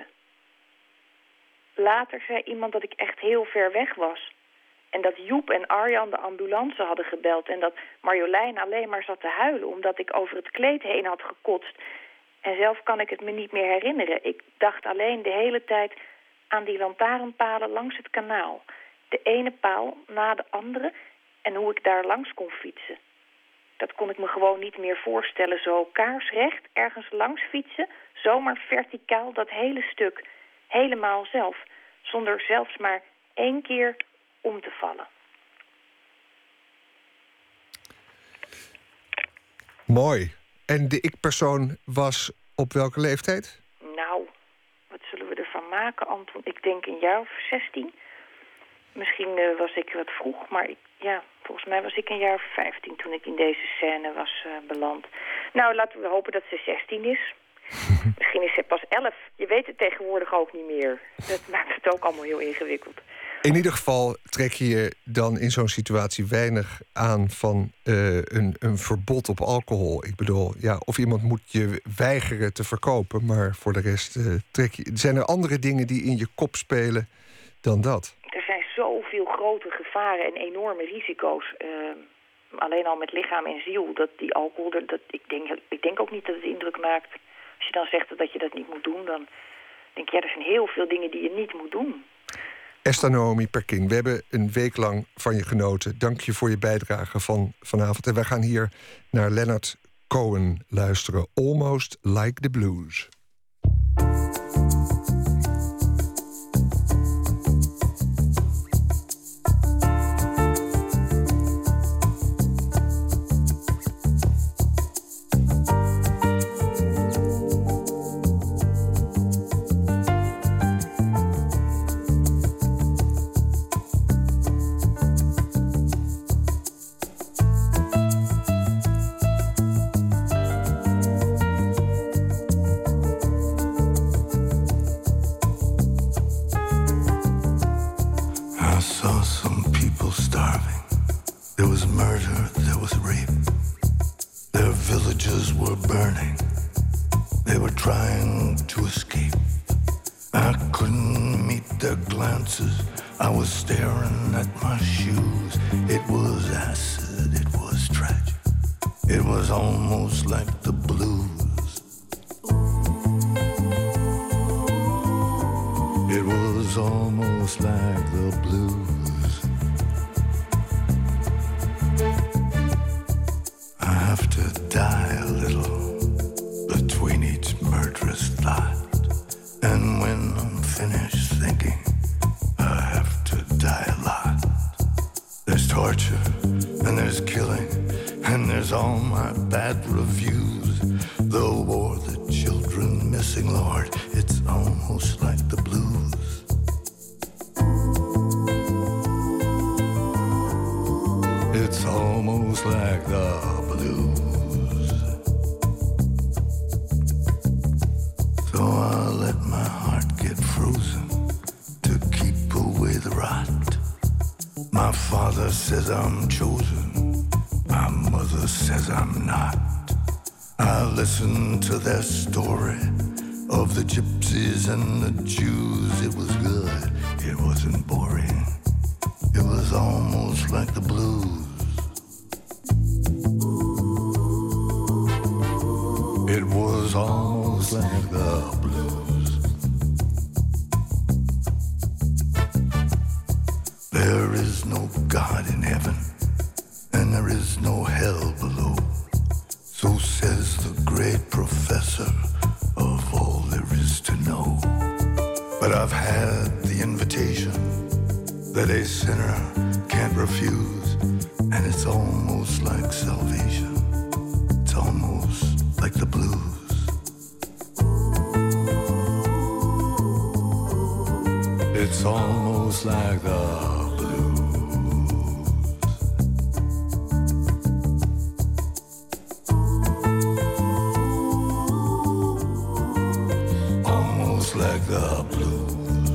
Later zei iemand dat ik echt heel ver weg was. En dat Joep en Arjan de ambulance hadden gebeld... en dat Marjolein alleen maar zat te huilen... omdat ik over het kleed heen had gekotst. En zelf kan ik het me niet meer herinneren. Ik dacht alleen de hele tijd aan die lantaarnpalen langs het kanaal... De ene paal na de andere en hoe ik daar langs kon fietsen. Dat kon ik me gewoon niet meer voorstellen. Zo kaarsrecht ergens langs fietsen, zomaar verticaal dat hele stuk. Helemaal zelf, zonder zelfs maar één keer om te vallen. Mooi. En de ik-persoon was op welke leeftijd? Nou, wat zullen we ervan maken, Anton? Ik denk een jaar of zestien... Misschien uh, was ik wat vroeg, maar ik, ja, volgens mij was ik een jaar of vijftien toen ik in deze scène was uh, beland. Nou, laten we hopen dat ze zestien is. Misschien is ze pas elf. Je weet het tegenwoordig ook niet meer. Dat maakt het ook allemaal heel ingewikkeld. In ieder geval trek je je dan in zo'n situatie weinig aan van uh, een, een verbod op alcohol. Ik bedoel, ja, of iemand moet je weigeren te verkopen, maar voor de rest uh, trek je... Zijn er andere dingen die in je kop spelen dan dat? Er zijn zoveel grote gevaren en enorme risico's. Uh, alleen al met lichaam en ziel. Dat die alcohol, dat, ik, denk, ik denk ook niet dat het indruk maakt. Als je dan zegt dat je dat niet moet doen, dan denk je, ja, er zijn heel veel dingen die je niet moet doen. Esther Naomi Perkin, we hebben een week lang van je genoten. Dank je voor je bijdrage van vanavond. En wij gaan hier naar Leonard Cohen luisteren. Almost Like the Blues. running. They were trying to escape. I couldn't meet their glances. I was staring at my shoes. It was acid, it was tragic. It was almost like the blues. It was almost like the blues. I have to die a little between each murderous thought. And when I'm finished thinking, I have to die a lot. There's torture, and there's killing, and there's all my bad reviews. The war, the children missing, Lord, it's almost like the blues. It's almost like the blues. So I let my heart get frozen to keep away the rot. My father says I'm chosen, my mother says I'm not. I listen to their story of the gypsies and the Jews. It was good, it wasn't boring. It was almost like the blues. It was almost like the blues. There is no God in heaven, and there is no hell below. So says the great professor of all there is to know. But I've had the invitation that a sinner can't refuse, and it's almost like salvation. It's almost like the blues. It's almost like the blues. Almost like the blues.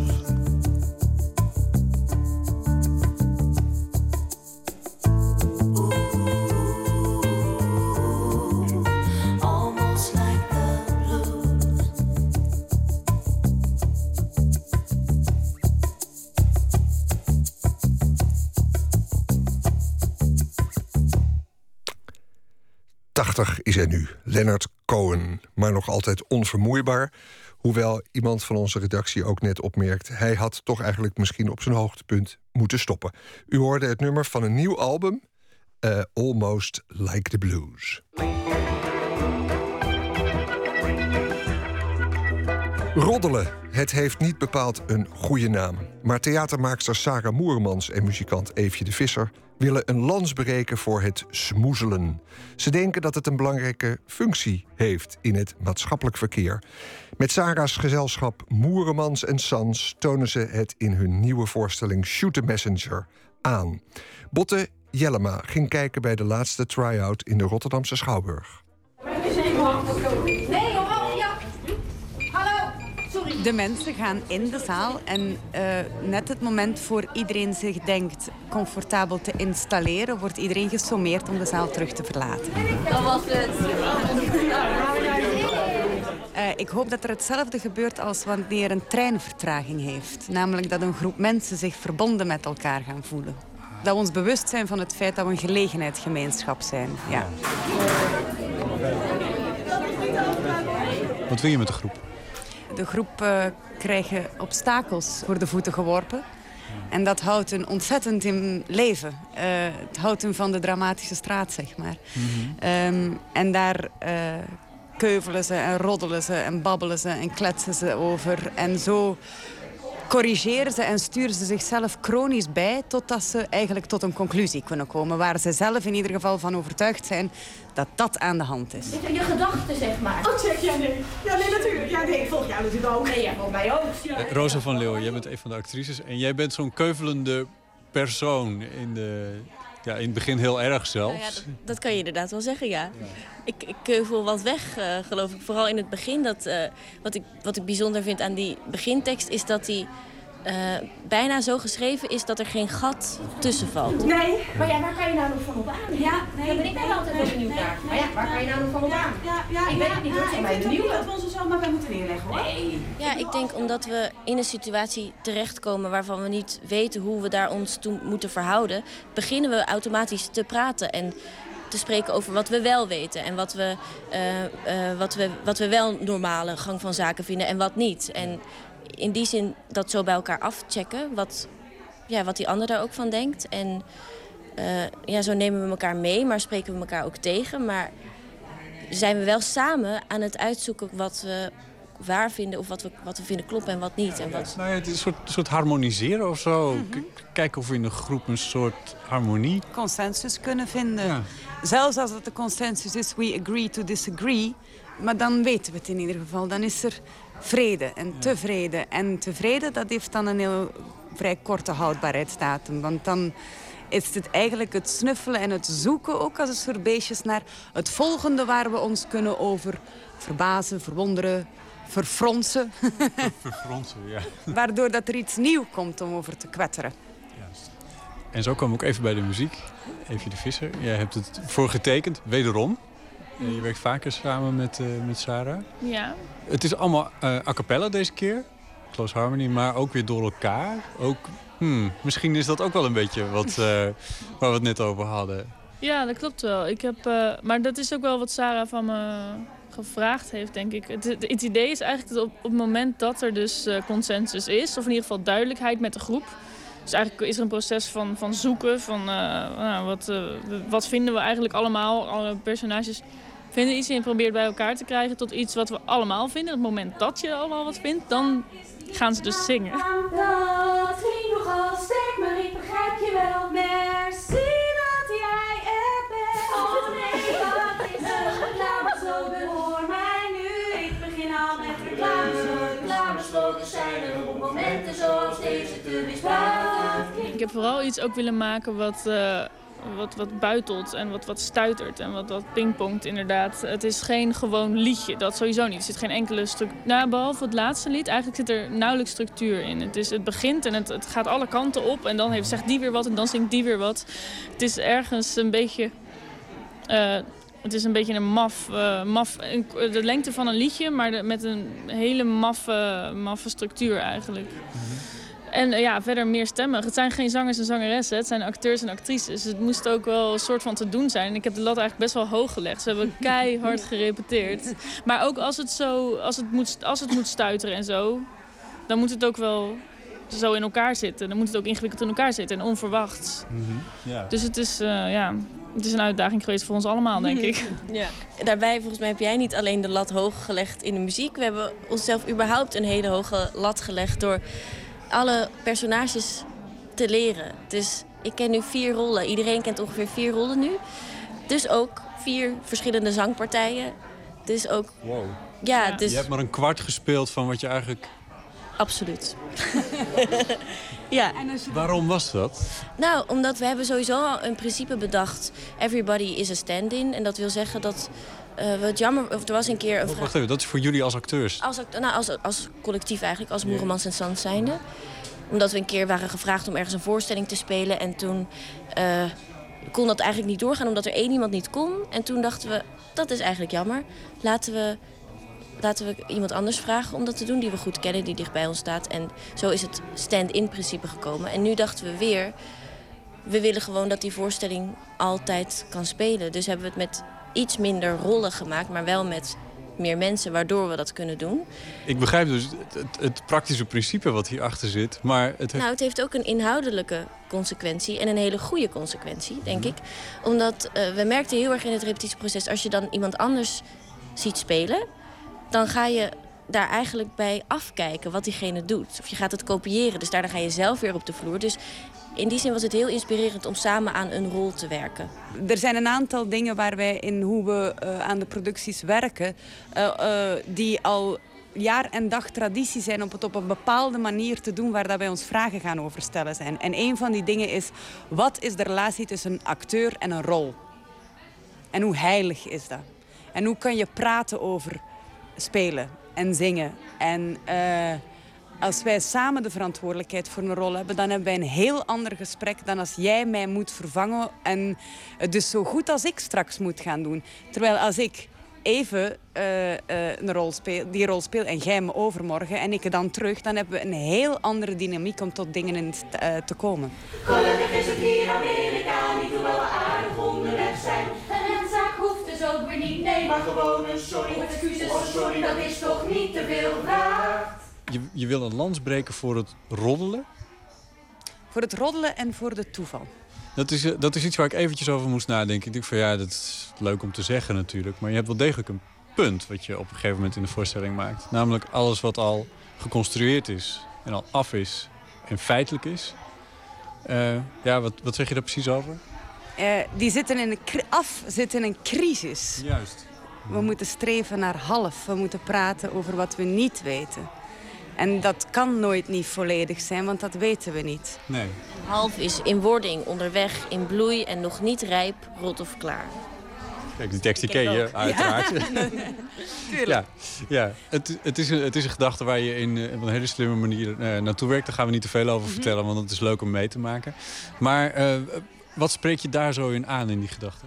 tachtig is hij nu, Leonard Cohen, maar nog altijd onvermoeibaar. Hoewel iemand van onze redactie ook net opmerkt, hij had toch eigenlijk misschien op zijn hoogtepunt moeten stoppen. U hoorde het nummer van een nieuw album, uh, Almost Like the Blues. Roddelen, het heeft niet bepaald een goede naam. Maar theatermaakster Sarah Moermans en muzikant Eefje de Visser willen een lans breken voor het smoezelen. Ze denken dat het een belangrijke functie heeft in het maatschappelijk verkeer. Met Sarah's gezelschap Moermans en Sans tonen ze het in hun nieuwe voorstelling Shoot the Messenger aan. Botte Jellema ging kijken bij de laatste try-out in de Rotterdamse Schouwburg. Nee, oh, ja. Hallo, sorry. De mensen gaan in de zaal en uh, net het moment voor iedereen zich denkt comfortabel te installeren, wordt iedereen gesommeerd om de zaal terug te verlaten. Dat was het. Uh, ik hoop dat er hetzelfde gebeurt als wanneer een trein vertraging heeft. Namelijk dat een groep mensen zich verbonden met elkaar gaan voelen. Dat we ons bewust zijn van het feit dat we een gelegenheidsgemeenschap zijn. Ja. Wat wil je met de groep? De groep uh, krijgen obstakels voor de voeten geworpen. En dat houdt hen ontzettend in leven. Uh, het houdt hen van de dramatische straat, zeg maar. Mm-hmm. Um, en daar uh, keuvelen ze en roddelen ze en babbelen ze en kletsen ze over. En zo corrigeren ze en sturen ze zichzelf chronisch bij, totdat ze eigenlijk tot een conclusie kunnen komen, waar ze zelf in ieder geval van overtuigd zijn dat dat aan de hand is. Je gedachten, zeg maar. Oh, check, ja, nee. Ja, nee, natuurlijk. Ja, nee, ik volg jou natuurlijk ook. Nee, ja, volgens mij ook. Ja. Uh, Rosa van Leeuwen, jij bent een van de actrices en jij bent zo'n keuvelende persoon in de... Ja, in het begin heel erg zelfs. Nou ja, dat, dat kan je inderdaad wel zeggen, ja. ja. Ik, ik keuvel wat weg, uh, geloof ik. Vooral in het begin. Dat, uh, wat, ik, wat ik bijzonder vind aan die begintekst is dat hij uh, bijna zo geschreven is dat er geen gat tussen valt. Nee, maar ja, waar kan je nou nog van op aan? Ja, nee, daar ben ik nou altijd wel benieuwd naar. Maar ja, waar kan je nou nog van op aan? Ja, ja, ik weet het niet, hoor. Ik vind niet dat we ons er zomaar bij moeten neerleggen, hoor. Nee. Ja, ik denk omdat we in een situatie terechtkomen waarvan we niet weten hoe we daar ons toe moeten verhouden, beginnen we automatisch te praten en te spreken over wat we wel weten en wat we, uh, uh, wat we, wat we wel normale gang van zaken vinden en wat niet. En in die zin dat zo bij elkaar afchecken wat, ja, wat die ander daar ook van denkt. En uh, ja, zo nemen we elkaar mee, maar spreken we elkaar ook tegen. Maar zijn we wel samen aan het uitzoeken wat we waar vinden of wat we, wat we vinden klopt en wat niet. En wat... Nou ja, het is een soort, soort harmoniseren of zo. Mm-hmm. Kijken of we in een groep een soort harmonie... consensus kunnen vinden. Ja. Zelfs als het de consensus is, we agree to disagree. Maar dan weten we het in ieder geval. Dan is er vrede en ja. tevreden. En tevreden, dat heeft dan een heel vrij korte houdbaarheidsdatum. Want dan is het eigenlijk het snuffelen en het zoeken ook als een soort beestjes naar het volgende waar we ons kunnen over verbazen, verwonderen, verfronsen. Verfronsen, ja. Waardoor dat er iets nieuws komt om over te kwetteren. Juist. En zo komen we ook even bij de muziek. Evie de Visser, jij hebt het voor getekend, wederom. Je werkt vaker samen met, uh, met Sarah. Ja. Het is allemaal uh, a cappella deze keer. Close Harmony, maar ook weer door elkaar. Ook, hmm, misschien is dat ook wel een beetje wat, uh, waar we het net over hadden. Ja, dat klopt wel. Ik heb, uh, maar dat is ook wel wat Sarah van me gevraagd heeft, denk ik. Het, het, het idee is eigenlijk dat op, op het moment dat er dus uh, consensus is, of in ieder geval duidelijkheid met de groep. Dus eigenlijk is er een proces van, van zoeken, van uh, nou, wat, uh, wat vinden we eigenlijk allemaal, alle personages vinden iets en probeert bij elkaar te krijgen tot iets wat we allemaal vinden. Op het moment dat je allemaal wat vindt, dan gaan ze dus zingen. Dat ging nogal sterk, maar ik begrijp je wel. Merci dat jij er bent. Oh nee, dat is een reclameslogan. Hoor mij nu, ik begin al met reclameslogan. Reclameslogans zijn er op momenten zoals deze te misbruiken. Ik heb vooral iets ook willen maken wat... Uh, Wat, wat buitelt en wat, wat stuitert en wat, wat pingpongt inderdaad. Het is geen gewoon liedje, dat sowieso niet. Er zit geen enkele structuur... Nou, behalve het laatste lied, eigenlijk zit er nauwelijks structuur in. Het, is, het begint en het, het gaat alle kanten op en dan heeft, zegt die weer wat en dan zingt die weer wat. Het is ergens een beetje... Uh, het is een beetje een maf... Uh, maf de lengte van een liedje, maar de, met een hele maffe, maffe structuur eigenlijk. Mm-hmm. En uh, ja, verder meer stemmen. Het zijn geen zangers en zangeressen, het zijn acteurs en actrices. Het moest ook wel een soort van te doen zijn. En ik heb de lat eigenlijk best wel hoog gelegd. Ze hebben keihard gerepeteerd. Maar ook als het, zo, als, het moet, als het moet stuiteren en zo, dan moet het ook wel zo in elkaar zitten. Dan moet het ook ingewikkeld in elkaar zitten en onverwachts. Mm-hmm. Yeah. Dus het is, uh, ja, het is een uitdaging geweest voor ons allemaal, denk ik. Ja. Daarbij, volgens mij, heb jij niet alleen de lat hoog gelegd in de muziek. We hebben onszelf überhaupt een hele hoge lat gelegd door alle personages te leren. Dus ik ken nu vier rollen. Iedereen kent ongeveer vier rollen nu. Dus ook vier verschillende zangpartijen. Dus ook... Wow. Ja, dus... Je hebt maar een kwart gespeeld van wat je eigenlijk... Absoluut. Ja. Waarom was dat? Nou, omdat we hebben sowieso al een principe bedacht. Everybody is a stand-in. En dat wil zeggen dat... Uh, wat jammer, of er was een keer een vraag... Wacht even, dat is voor jullie als acteurs? Als, nou, als, als collectief eigenlijk, als Moeremans en Sans zijnde. Omdat we een keer waren gevraagd om ergens een voorstelling te spelen. En toen uh, kon dat eigenlijk niet doorgaan, omdat er één iemand niet kon. En toen dachten we, dat is eigenlijk jammer. Laten we, laten we iemand anders vragen om dat te doen, die we goed kennen, die dicht bij ons staat. En zo is het stand-in principe gekomen. En nu dachten we weer, we willen gewoon dat die voorstelling altijd kan spelen. Dus hebben we het met iets minder rollen gemaakt, maar wel met meer mensen, waardoor we dat kunnen doen. Ik begrijp dus het, het praktische principe wat hierachter zit, maar het heeft... Nou, het heeft ook een inhoudelijke consequentie en een hele goede consequentie, denk ik. Omdat uh, we merkten heel erg in het repetitieproces, als je dan iemand anders ziet spelen, dan ga je daar eigenlijk bij afkijken wat diegene doet. Of je gaat het kopiëren, dus daarna ga je zelf weer op de vloer. Dus in die zin was het heel inspirerend om samen aan een rol te werken. Er zijn een aantal dingen waar wij in hoe we uh, aan de producties werken, Uh, uh, die al jaar en dag traditie zijn om het op een bepaalde manier te doen waar dat wij ons vragen gaan over stellen zijn. En een van die dingen is, wat is de relatie tussen een acteur en een rol? En hoe heilig is dat? En hoe kan je praten over spelen en zingen en... Uh, als wij samen de verantwoordelijkheid voor een rol hebben, dan hebben wij een heel ander gesprek dan als jij mij moet vervangen en het dus zo goed als ik straks moet gaan doen. Terwijl als ik even uh, uh, een rol speel, die rol speel en jij me overmorgen en ik dan terug, dan hebben we een heel andere dynamiek om tot dingen in, uh, te komen. Gelukkig is het hier Amerika niet, hoewel we aardig onderweg zijn. Een rechtszaak hoeft dus ook weer niet, nee, maar gewoon een sorry. Of excuses, oh sorry, dat is toch niet te veel gevraagd. Je, je wil een lans breken voor het roddelen? Voor het roddelen en voor de toeval. Dat is, dat is iets waar ik eventjes over moest nadenken. Ik denk van ja, dat is leuk om te zeggen natuurlijk. Maar je hebt wel degelijk een punt wat je op een gegeven moment in de voorstelling maakt. Namelijk alles wat al geconstrueerd is en al af is en feitelijk is. Uh, ja, wat, wat zeg je daar precies over? Uh, die zitten in een af zitten in een crisis. Juist. We moeten streven naar half. We moeten praten over wat we niet weten. En dat kan nooit niet volledig zijn, want dat weten we niet. Nee. Half is in wording, onderweg, in bloei en nog niet rijp, rot of klaar. Kijk, die tekst die ken je, uiteraard. Ja, ja, ja. Het, het, is een, het is een gedachte waar je in, op een hele slimme manier uh, naartoe werkt. Daar gaan we niet te veel over mm-hmm. vertellen, want het is leuk om mee te maken. Maar uh, wat spreek je daar zo in aan in die gedachte?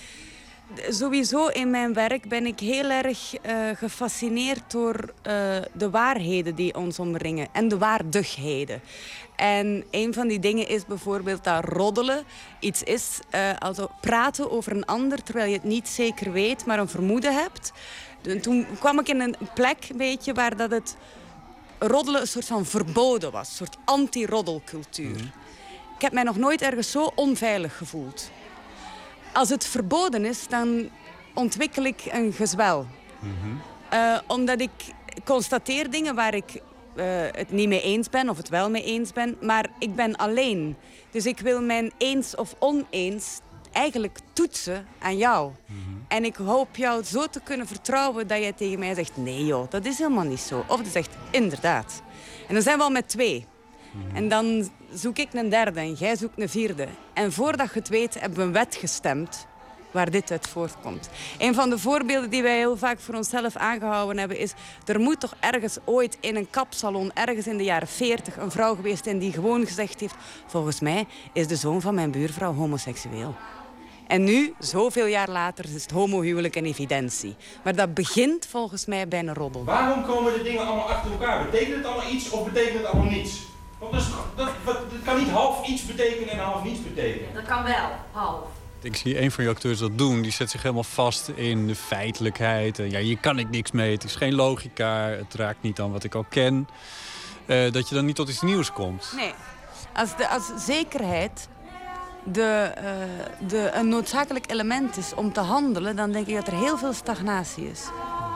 Sowieso in mijn werk ben ik heel erg uh, gefascineerd door uh, de waarheden die ons omringen en de waardigheden. En een van die dingen is bijvoorbeeld dat roddelen iets is, uh, also praten over een ander terwijl je het niet zeker weet, maar een vermoeden hebt. Toen kwam ik in een plek een beetje waar dat het roddelen een soort van verboden was, een soort anti-roddelcultuur. Mm. Ik heb mij nog nooit ergens zo onveilig gevoeld. Als het verboden is, dan ontwikkel ik een gezwel. Mm-hmm. Uh, omdat ik constateer dingen waar ik uh, het niet mee eens ben of het wel mee eens ben. Maar ik ben alleen. Dus ik wil mijn eens of oneens eigenlijk toetsen aan jou. Mm-hmm. En ik hoop jou zo te kunnen vertrouwen dat jij tegen mij zegt... nee joh, dat is helemaal niet zo. Of je zegt, inderdaad. En dan zijn we al met twee. Mm-hmm. En dan zoek ik een derde en jij zoekt een vierde. En voordat je het weet, hebben we een wet gestemd waar dit uit voortkomt. Een van de voorbeelden die wij heel vaak voor onszelf aangehouden hebben is... er moet toch ergens ooit in een kapsalon, ergens in de jaren veertig... een vrouw geweest zijn die gewoon gezegd heeft... volgens mij is de zoon van mijn buurvrouw homoseksueel. En nu, zoveel jaar later, is het homohuwelijk een evidentie. Maar dat begint volgens mij bij een roddel. Waarom komen de dingen allemaal achter elkaar? Betekent het allemaal iets of betekent het allemaal niets? Want dat, is, dat, dat kan niet half iets betekenen en half niets betekenen. Dat kan wel, half. Ik zie een van je acteurs dat doen. Die zet zich helemaal vast in de feitelijkheid. Ja, hier kan ik niks mee. Het is geen logica. Het raakt niet aan wat ik al ken. Uh, dat je dan niet tot iets nieuws komt. Nee. Als, de, als zekerheid de, uh, de, een noodzakelijk element is om te handelen... dan denk ik dat er heel veel stagnatie is.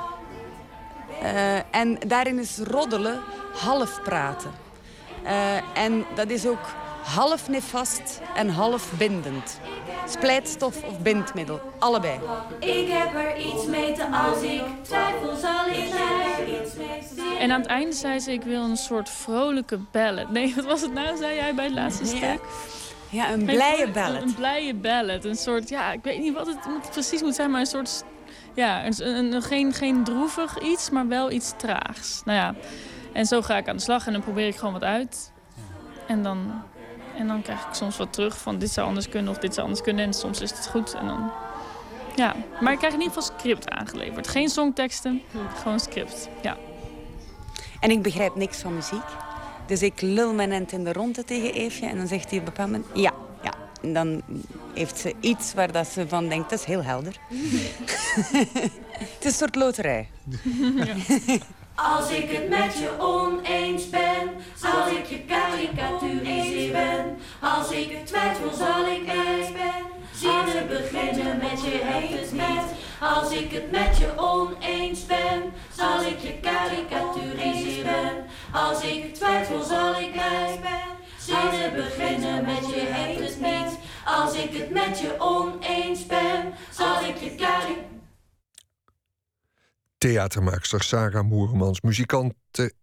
Uh, en daarin is roddelen half praten. Uh, en dat is ook half nefast en half bindend. Splijtstof of bindmiddel, allebei. Ik heb er iets mee te als ik twijfel, zal ik er iets mee. En aan het einde zei ze, ik wil een soort vrolijke ballad. Nee, wat was het nou, zei jij bij het laatste stuk? Ja, ja een blije ballad. Een, een blije ballad, een soort, ja, ik weet niet wat het precies moet zijn, maar een soort, ja, een, een, geen, geen droevig iets, maar wel iets traags. Nou ja, en zo ga ik aan de slag en dan probeer ik gewoon wat uit. En dan, en dan krijg ik soms wat terug van dit zou anders kunnen of dit zou anders kunnen. En soms is het goed. En dan, ja. Maar ik krijg in ieder geval script aangeleverd. Geen songteksten, gewoon script. Ja. En ik begrijp niks van muziek. Dus ik lul mijn end in de ronde tegen Eefje. En dan zegt hij op een bepaald moment ja, ja. En dan heeft ze iets waar dat ze van denkt, dat is heel helder. Het is een soort loterij. Ja. Als ik het met je oneens ben, als ik je karikatuur ben. Als ik twijfel, zal ik eens ben. Zie te beginnen met je hebt het niet. Als ik het met je oneens ben, zal ik je karikatuur ben. Als ik twijfel, zal ik eens ben. Zie te beginnen met je hebt het niet. Als ik het met je oneens ben, zal ik je karikatuur... Theatermaakster Sarah Moeremans, muzikante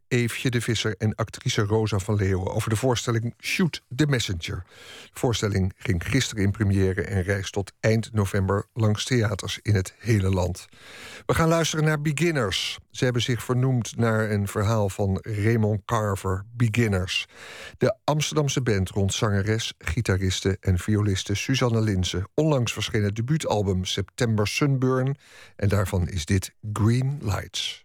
Eefje de Visser en actrice Rosa van Leeuwen over de voorstelling Shoot the Messenger. De voorstelling ging gisteren in première en reist tot eind november langs theaters in het hele land. We gaan luisteren naar Beginners. Ze hebben zich vernoemd naar een verhaal van Raymond Carver, Beginners. De Amsterdamse band rond zangeres, gitariste en violiste Suzanne Linzen. Onlangs verscheen het debuutalbum September Sunburn en daarvan is dit Green Lights.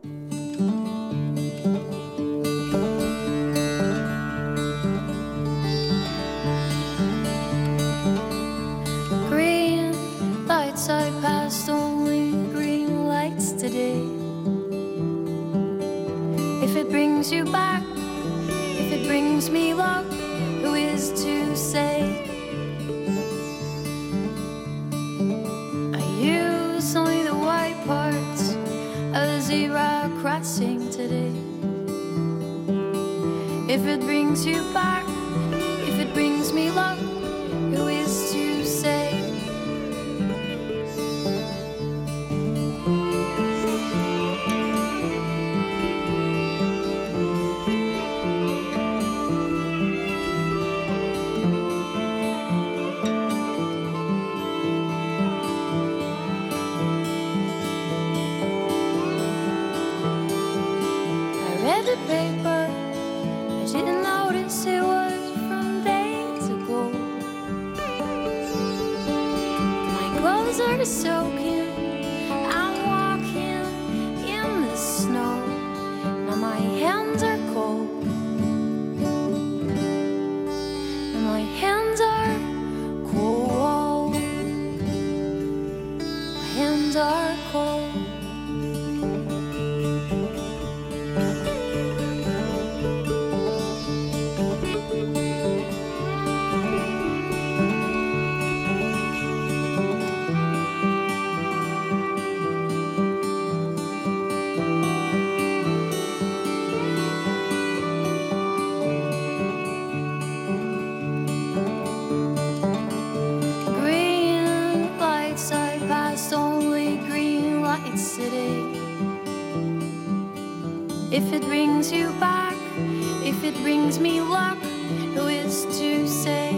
Green lights, I passed only green lights today. If it brings you back, if it brings me luck, who is to say? I use only the white parts of the zebra crossing today. If it brings you back, if it brings me luck, who is to say? The paper, I didn't notice it was from days ago. My gloves are soaking, I'm walking in the snow. Now my hands are cold, and my hands are cold. My hands are cold. If it brings you back, if it brings me luck, who is to say?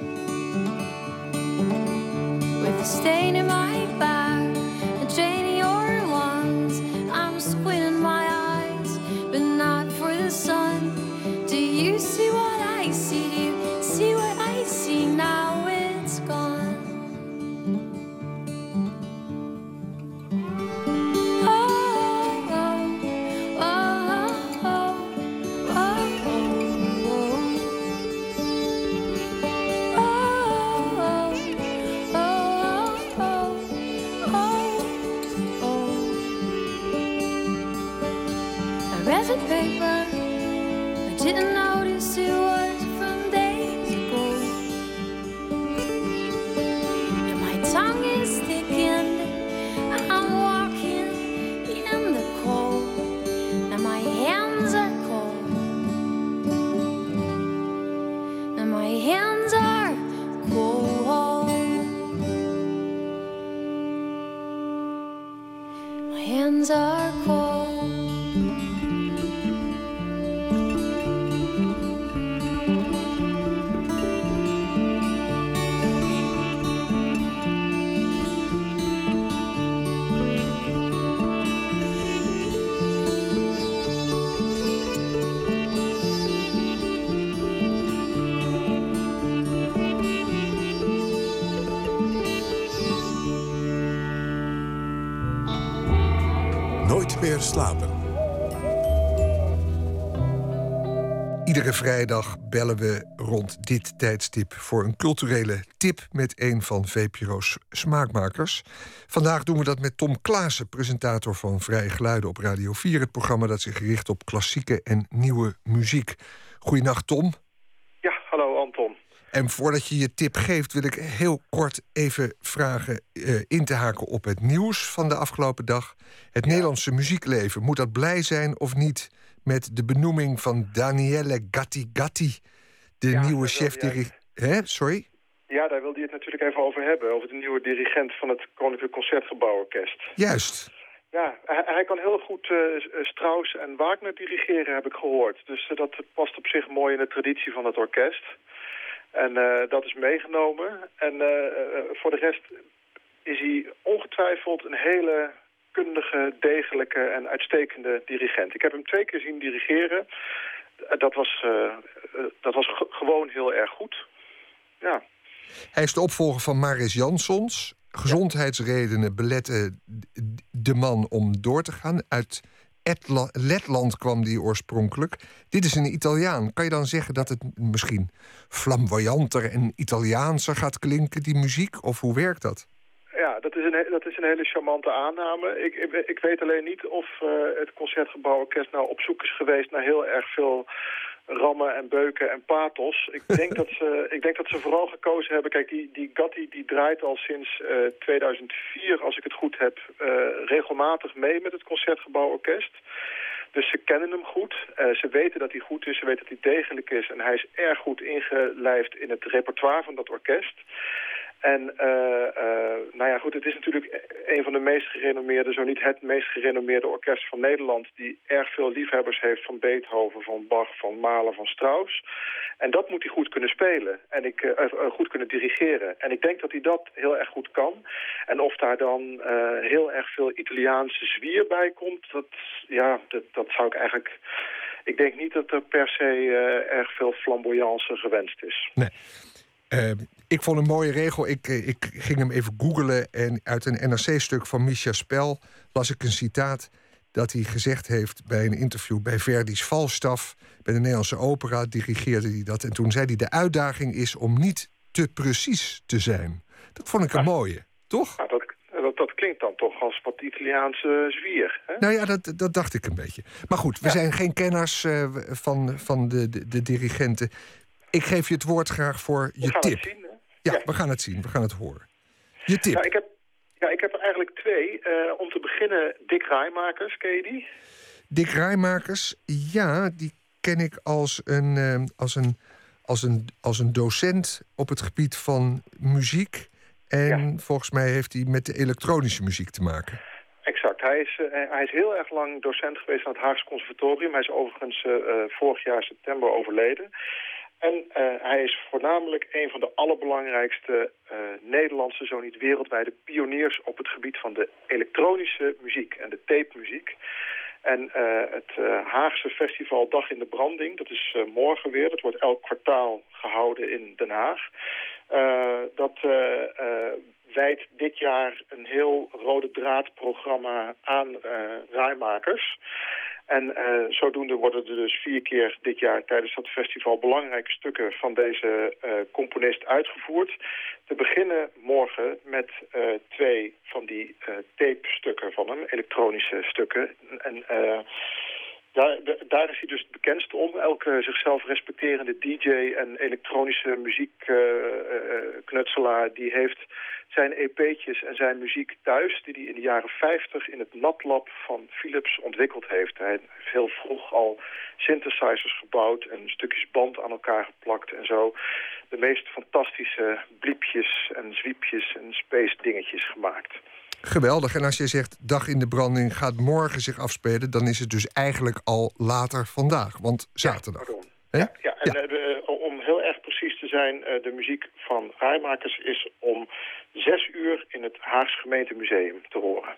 With a stain in my back, a drain in your lungs, I'm squinting my eyes, but not for the sun. Do you see what I see? Do you see what I see? Now it's gone. Paper, I didn't notice it was from days ago. And my tongue is thickened, I'm walking in the cold, and my hands are cold, and my hands are cold. My hands are cold. Nooit meer slapen. Iedere vrijdag bellen we rond dit tijdstip voor een culturele tip met een van V P R O's smaakmakers. Vandaag doen we dat met Tom Klaassen, presentator van Vrije Geluiden op Radio vier. Het programma dat zich richt op klassieke en nieuwe muziek. Goedenacht, Tom. Ja, hallo Anton. En voordat je je tip geeft, wil ik heel kort even vragen uh, in te haken op het nieuws van de afgelopen dag. Het ja. Nederlandse muziekleven, moet dat blij zijn of niet met de benoeming van Daniele Gatti Gatti, de ja, nieuwe chef-dirigent? Hè, sorry? Ja, daar wilde je het natuurlijk even over hebben, over de nieuwe dirigent van het Koninklijk Concertgebouworkest. Juist. Ja, hij, hij kan heel goed uh, Strauss en Wagner dirigeren, heb ik gehoord. Dus uh, dat past op zich mooi in de traditie van het orkest. En uh, dat is meegenomen. En uh, uh, voor de rest is hij ongetwijfeld een hele kundige, degelijke en uitstekende dirigent. Ik heb hem twee keer zien dirigeren. Dat was, uh, uh, dat was g- gewoon heel erg goed. Ja. Hij is de opvolger van Mariss Jansons. Gezondheidsredenen beletten de man om door te gaan. Uit Etla- Letland kwam die oorspronkelijk. Dit is een Italiaan. Kan je dan zeggen dat het misschien flamboyanter en Italiaanser gaat klinken, die muziek? Of hoe werkt dat? Ja, dat is een, dat is een hele charmante aanname. Ik, ik, ik weet alleen niet of uh, het Concertgebouworkest nou op zoek is geweest naar heel erg veel rammen en beuken en pathos. Ik denk dat ze, ik denk dat ze vooral gekozen hebben. Kijk, die, die Gatti die draait al sinds uh, tweeduizend vier, als ik het goed heb, uh, regelmatig mee met het Concertgebouworkest. Dus ze kennen hem goed. Uh, ze weten dat hij goed is. Ze weten dat hij degelijk is. En hij is erg goed ingelijfd in het repertoire van dat orkest. En uh, uh, nou ja, goed, het is natuurlijk een van de meest gerenommeerde, zo niet het meest gerenommeerde orkest van Nederland, die erg veel liefhebbers heeft van Beethoven, van Bach, van Mahler, van Strauss. En dat moet hij goed kunnen spelen en ik, uh, uh, goed kunnen dirigeren. En ik denk dat hij dat heel erg goed kan. En of daar dan uh, heel erg veel Italiaanse zwier bij komt, dat, ja, dat, dat zou ik eigenlijk... Ik denk niet dat er per se uh, erg veel flamboyance gewenst is. Nee. Uh, ik vond een mooie regel. Ik, uh, ik ging hem even googlen en uit een N R C-stuk van Mischa Spel las ik een citaat dat hij gezegd heeft bij een interview bij Verdi's Falstaff, bij de Nederlandse Opera, dirigeerde hij dat. En toen zei hij, de uitdaging is om niet te precies te zijn. Dat vond ik een mooie, toch? Ja, dat, dat, dat klinkt dan toch als wat Italiaanse zwier. Hè? Nou ja, dat, dat dacht ik een beetje. Maar goed, we ja. zijn geen kenners uh, van, van de, de, de dirigenten. Ik geef je het woord graag voor je we tip. Zien, ja, ja, we gaan het zien. We gaan het horen. Je tip. Ja, ik heb, ja, ik heb er eigenlijk twee. Uh, om te beginnen Dick Rijmakers, ken je die? Dick Rijmakers, ja, die ken ik als een, uh, als een, als een, als een docent op het gebied van muziek. En ja. volgens mij heeft hij met de elektronische muziek te maken. Exact. Hij is, uh, hij is heel erg lang docent geweest aan het Haagse Conservatorium. Hij is overigens uh, uh, vorig jaar september overleden. En uh, hij is voornamelijk een van de allerbelangrijkste uh, Nederlandse, zo niet wereldwijde pioniers op het gebied van de elektronische muziek en de tape-muziek. En uh, het uh, Haagse festival Dag in de Branding, dat is uh, morgen weer. Dat wordt elk kwartaal gehouden in Den Haag. Uh, dat uh, uh, wijdt dit jaar een heel rode draadprogramma aan uh, Rijmakers. En uh, zodoende worden er dus vier keer dit jaar tijdens dat festival belangrijke stukken van deze uh, componist uitgevoerd. Te beginnen morgen met uh, twee van die uh, tape-stukken van hem, elektronische stukken. En uh, daar, de, daar is hij dus het bekendst om. Elke zichzelf respecterende D J en elektronische muziekknutselaar uh, uh, die heeft zijn E P'tjes en zijn muziek thuis, die hij in de jaren vijftig in het Natlab van Philips ontwikkeld heeft. Hij heeft heel vroeg al synthesizers gebouwd en stukjes band aan elkaar geplakt en zo. De meest fantastische bliepjes en zwiepjes en space dingetjes gemaakt. Geweldig. En als je zegt Dag in de Branding gaat morgen zich afspelen, dan is het dus eigenlijk al later vandaag, want zaterdag. Ja, ja, ja, en ja. De, om heel erg precies te zijn, de muziek van Rijmakers is om zes uur in het Haags Gemeentemuseum te horen.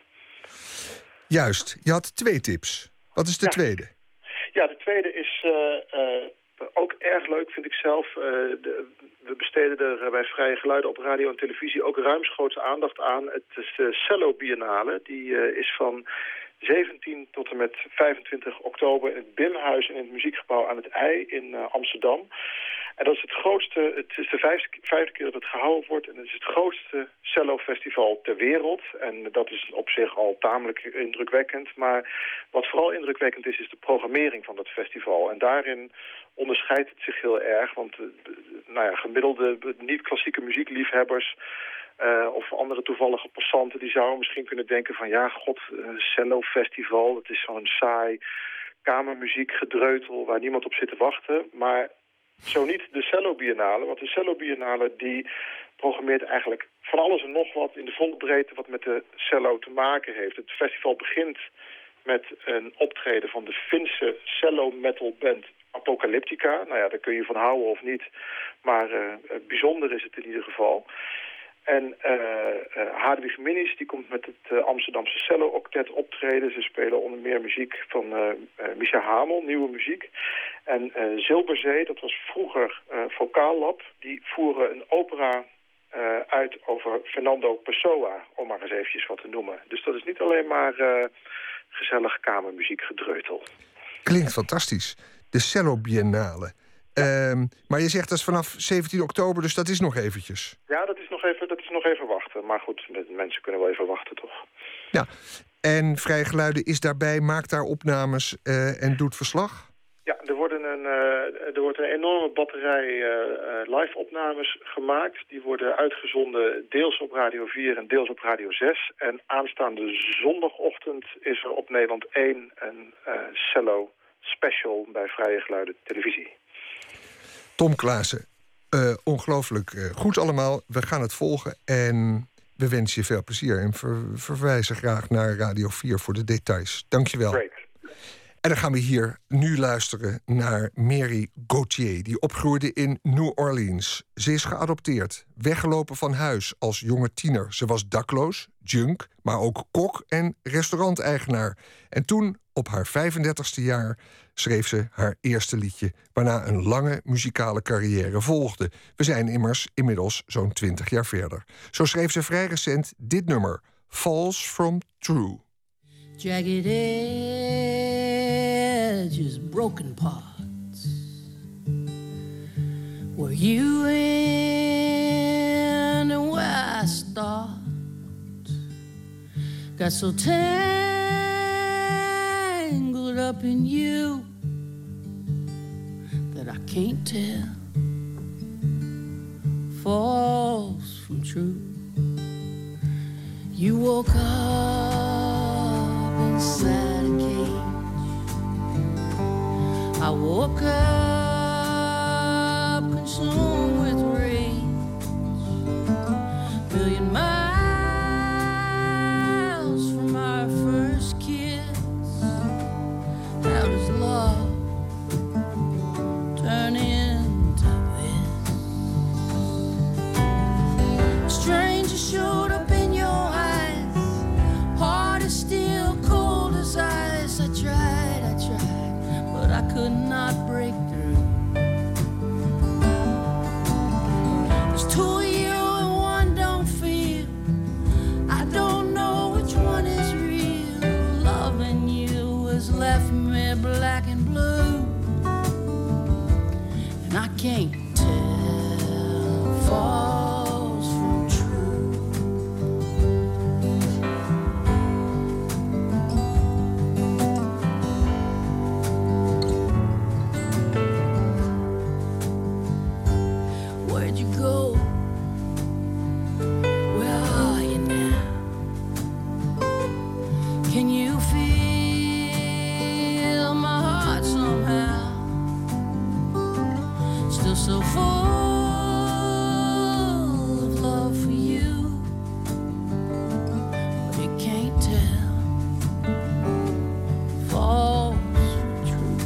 Juist. Je had twee tips. Wat is de ja. tweede? Ja, de tweede is uh, uh, ook erg leuk, vind ik zelf. Uh, de, we besteden er bij Vrije Geluiden op radio en televisie ook ruimschoots aandacht aan. Het is de Cello Biennale. Die uh, is van zeventien tot en met vijfentwintig oktober in het Bimhuis in het Muziekgebouw aan het IJ in uh, Amsterdam. En dat is het grootste, het is de vijfde, vijfde keer dat het gehouden wordt. En het is het grootste cello-festival ter wereld. En dat is op zich al tamelijk indrukwekkend. Maar wat vooral indrukwekkend is, is de programmering van dat festival. En daarin onderscheidt het zich heel erg. Want uh, nou ja, gemiddelde niet-klassieke muziekliefhebbers Uh, of andere toevallige passanten, die zouden misschien kunnen denken van ja, god, een cello-festival, dat is zo'n saai kamermuziek gedreutel waar niemand op zit te wachten. Maar zo niet de Cello Biennale, want de Cello Biennale die programmeert eigenlijk van alles en nog wat in de volle breedte wat met de cello te maken heeft. Het festival begint met een optreden van de Finse cello metal band Apocalyptica. Nou ja, daar kun je van houden of niet, maar uh, bijzonder is het in ieder geval. En uh, uh, Hadewig Minis, die komt met het uh, Amsterdamse Cello Octet optreden. Ze spelen onder meer muziek van uh, uh, Misha Hamel, nieuwe muziek. En uh, Zilberzee, dat was vroeger uh, Vocaallab, die voeren een opera uh, uit over Fernando Pessoa, om maar eens eventjes wat te noemen. Dus dat is niet alleen maar uh, gezellig kamermuziek gedreutel. Klinkt fantastisch. De Cello Biennale. Um, maar je zegt dat is vanaf zeventien oktober, dus dat is nog eventjes. Ja, dat is nog even, dat is nog even wachten. Maar goed, mensen kunnen wel even wachten, toch? Ja, en Vrije Geluiden is daarbij, maakt daar opnames uh, en doet verslag? Ja, er, worden een, uh, er wordt een enorme batterij uh, live-opnames gemaakt. Die worden uitgezonden deels op Radio vier en deels op Radio zes. En aanstaande zondagochtend is er op Nederland één een uh, cello special bij Vrije Geluiden televisie. Tom Klaassen, uh, ongelooflijk uh, goed allemaal. We gaan het volgen en we wensen je veel plezier. En ver, verwijzen graag naar Radio vier voor de details. Dank je wel. Great. En dan gaan we hier nu luisteren naar Mary Gauthier, die opgroeide in New Orleans. Ze is geadopteerd, weggelopen van huis als jonge tiener. Ze was dakloos, junk, maar ook kok en restauranteigenaar. En toen, op haar vijfendertigste jaar, schreef ze haar eerste liedje, waarna een lange muzikale carrière volgde. We zijn immers inmiddels zo'n twintig jaar verder. Zo schreef ze vrij recent dit nummer, Falls From True. Jagged edges, broken parts, where you end and where I start. Got so tangled up in you that I can't tell false from true. You woke up inside a cage. I woke up consumed with rage. Billion miles from our first kiss. How does love turn into this? A stranger showed up in your eyes, heart is still cold as ice. I tried, I tried, but I could not break through. There's two of you and one don't feel. I don't know which one is real. Loving you has left me black and blue, and I can't tell false from true. Where'd you go? Where are you now? Can you feel my heart somehow? Still so full of love for you, but it can't tell false from true.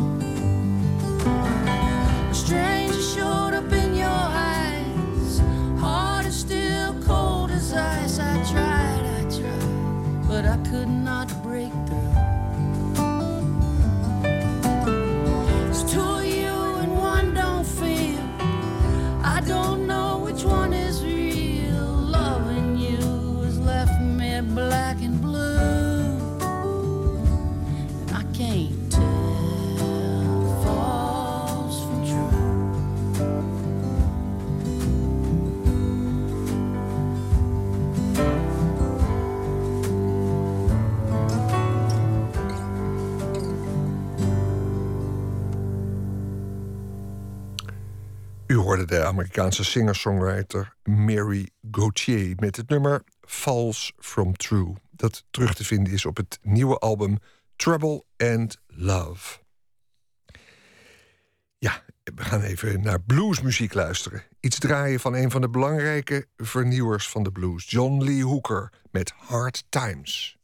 A stranger showed up in your eyes, heart is still cold as ice. I tried, I tried, but I could not break through. There's two of you and one don't feel. I don't know which one is real. Loving you has left me black and blue, and I can't tell false from true. U hoorde de Amerikaanse singer-songwriter Mary Gauthier met het nummer Falls From True, dat terug te vinden is op het nieuwe album Trouble and Love. Ja, We gaan even naar bluesmuziek luisteren. Iets draaien van een van de belangrijke vernieuwers van de blues, John Lee Hooker, met Hard Times.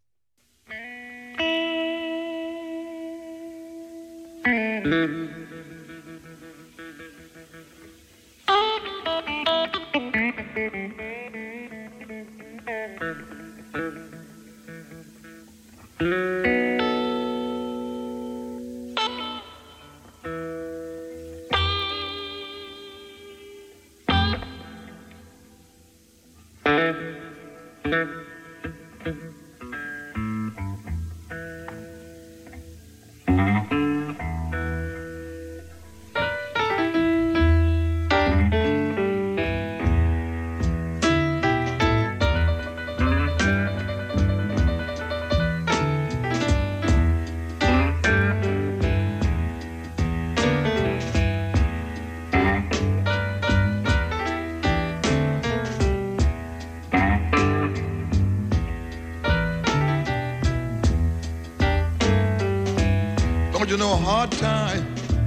You know, a hard time.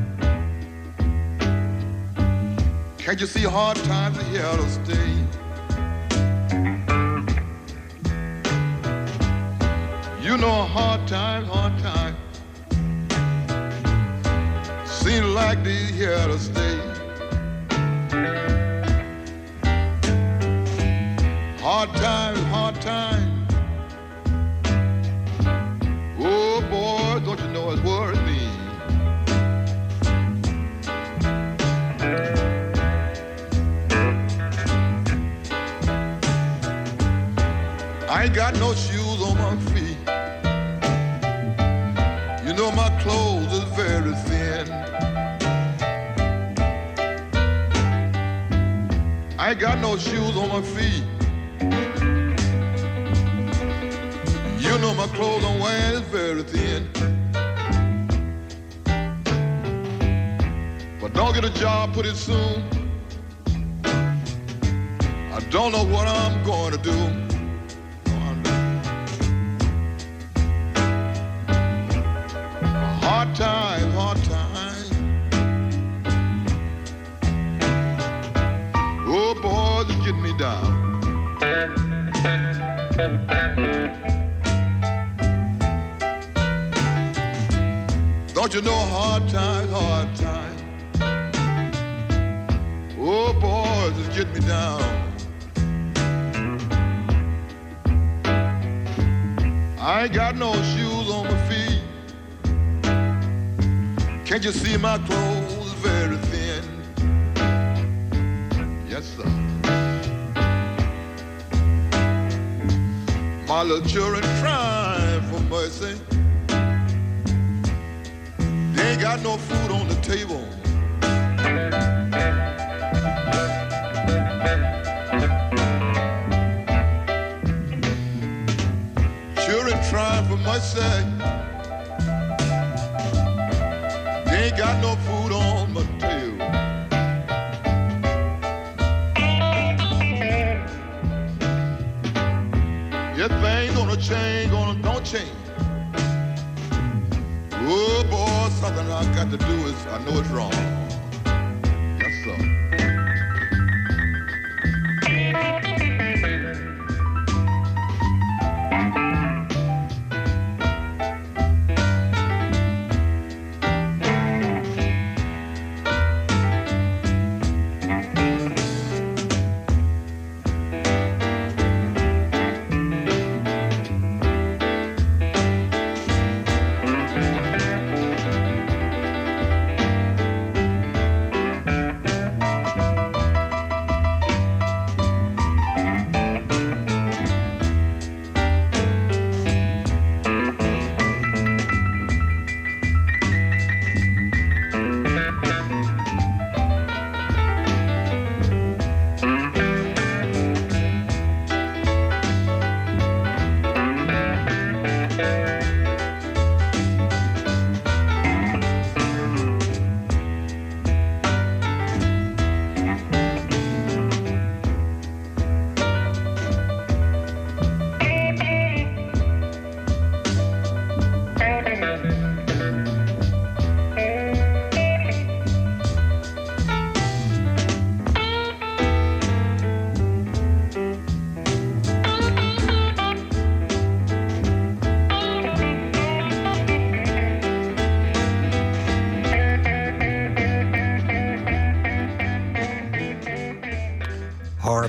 Can't you see hard times are here to stay? You know, a hard time, hard time. Seems like these here to stay. Hard times, hard times. Oh boy, don't you know it's worth me? I ain't got no shoes on my feet. You know my clothes is very thin. I ain't got no shoes on my feet. You know my clothes I'm wearing is very thin. But don't get a job pretty soon. I don't know what I'm going to do. Hard time, hard time. Oh boy, it's getting me down. Don't you know hard times, hard times? Oh boy, it's getting me down. I ain't got no shoes on my feet. Can't you see my clothes very thin? Yes, sir. My little children crying for mercy. They ain't got no food on the table. Children crying for mercy. They ain't got no food on my table. Your thing gonna change, gonna don't change. Oh boy, something I got to do is I know it's wrong. Yes, sir.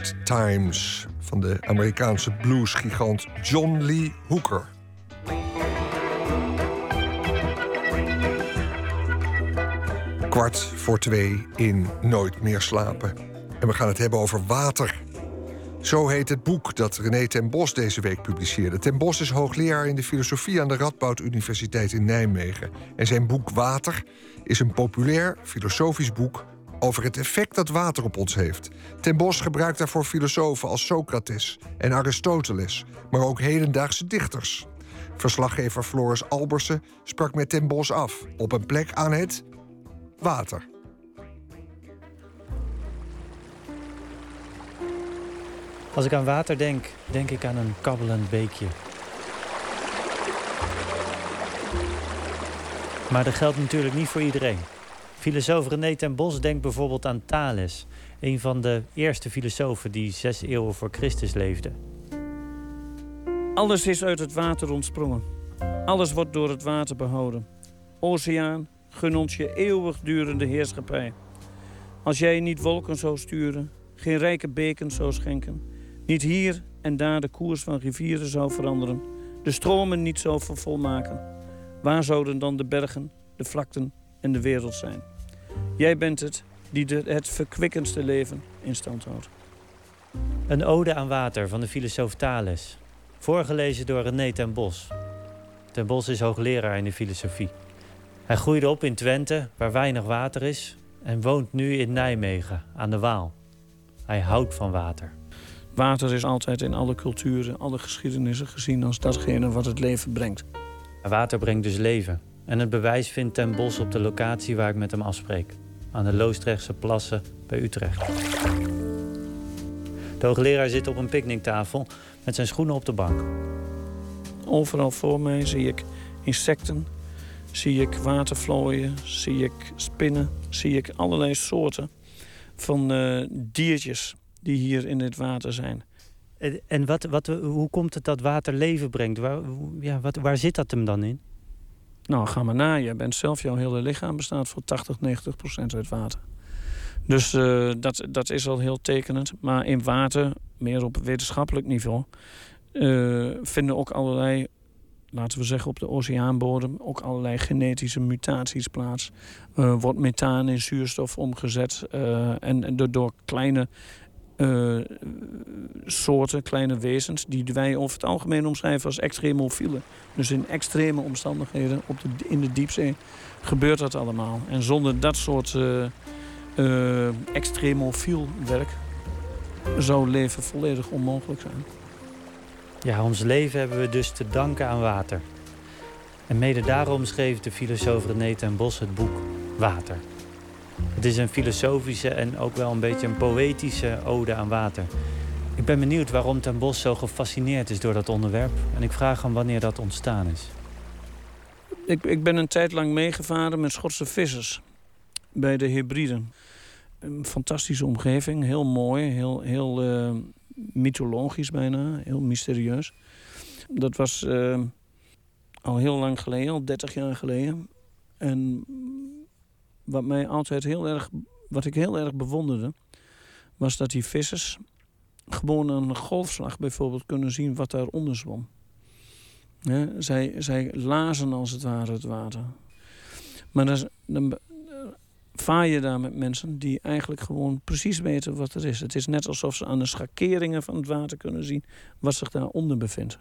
Hard Times van de Amerikaanse bluesgigant John Lee Hooker. Kwart voor twee in Nooit meer slapen. En we gaan het hebben over water. Zo heet het boek dat René ten Bos deze week publiceerde. Ten Bos is hoogleraar in de filosofie aan de Radboud Universiteit in Nijmegen. En zijn boek Water is een populair filosofisch boek over het effect dat water op ons heeft. Ten Bos gebruikt daarvoor filosofen als Socrates en Aristoteles, maar ook hedendaagse dichters. Verslaggever Floris Albersen sprak met Ten Bos af op een plek aan het water. Als ik aan water denk, denk ik aan een kabbelend beekje. Maar dat geldt natuurlijk niet voor iedereen. Filosoof René ten Bos denkt bijvoorbeeld aan Thales, een van de eerste filosofen die zes eeuwen voor Christus leefde. Alles is uit het water ontsprongen. Alles wordt door het water behouden. Oceaan, gun ons je eeuwigdurende heerschappij. Als jij niet wolken zou sturen, geen rijke beken zou schenken, niet hier en daar de koers van rivieren zou veranderen, de stromen niet zou vervolmaken, waar zouden dan de bergen, de vlakten en de wereld zijn? Jij bent het die de, het verkwikkendste leven in stand houdt. Een ode aan water van de filosoof Thales. Voorgelezen door René ten Bos. Ten Bos is hoogleraar in de filosofie. Hij groeide op in Twente, waar weinig water is, en woont nu in Nijmegen, aan de Waal. Hij houdt van water. Water is altijd in alle culturen, alle geschiedenissen gezien als datgene wat het leven brengt. Water brengt dus leven. En het bewijs vindt Ten Bos op de locatie waar ik met hem afspreek. Aan de Loosdrechtse plassen bij Utrecht. De hoogleraar zit op een picknicktafel met zijn schoenen op de bank. Overal voor mij zie ik insecten, zie ik watervlooien, zie ik spinnen, zie ik allerlei soorten van uh, diertjes die hier in dit water zijn. En wat, wat, hoe komt het dat water leven brengt? Waar, ja, wat, waar zit dat hem dan in? Nou, ga maar na. Je bent zelf, jouw hele lichaam bestaat voor tachtig, negentig procent uit water. Dus uh, dat, dat is al heel tekenend. Maar in water, meer op wetenschappelijk niveau, uh, vinden ook allerlei, laten we zeggen op de oceaanbodem, ook allerlei genetische mutaties plaats. Uh, wordt methaan in zuurstof omgezet uh, en, en door kleine uh, soorten, kleine wezens, die wij over het algemeen omschrijven als extremofielen. Dus in extreme omstandigheden op de, in de diepzee gebeurt dat allemaal. En zonder dat soort uh, uh, extremofiel werk zou leven volledig onmogelijk zijn. Ja, ons leven hebben we dus te danken aan water. En mede daarom schreef de filosoof René ten Bos het boek Water. Het is een filosofische en ook wel een beetje een poëtische ode aan water. Ik ben benieuwd waarom ten Bos zo gefascineerd is door dat onderwerp. En ik vraag hem wanneer dat ontstaan is. Ik, ik ben een tijd lang meegevaren met Schotse vissers bij de Hebriden. Een fantastische omgeving, heel mooi, heel, heel uh, mythologisch bijna, heel mysterieus. Dat was uh, al heel lang geleden, al dertig jaar geleden. En wat mij altijd heel erg, wat ik heel erg bewonderde, was dat die vissers gewoon aan een golfslag bijvoorbeeld kunnen zien wat daaronder zwom. Ja, zij, zij lazen als het ware het water. Maar dan, dan vaar je daar met mensen die eigenlijk gewoon precies weten wat er is. Het is net alsof ze aan de schakeringen van het water kunnen zien wat zich daaronder bevindt.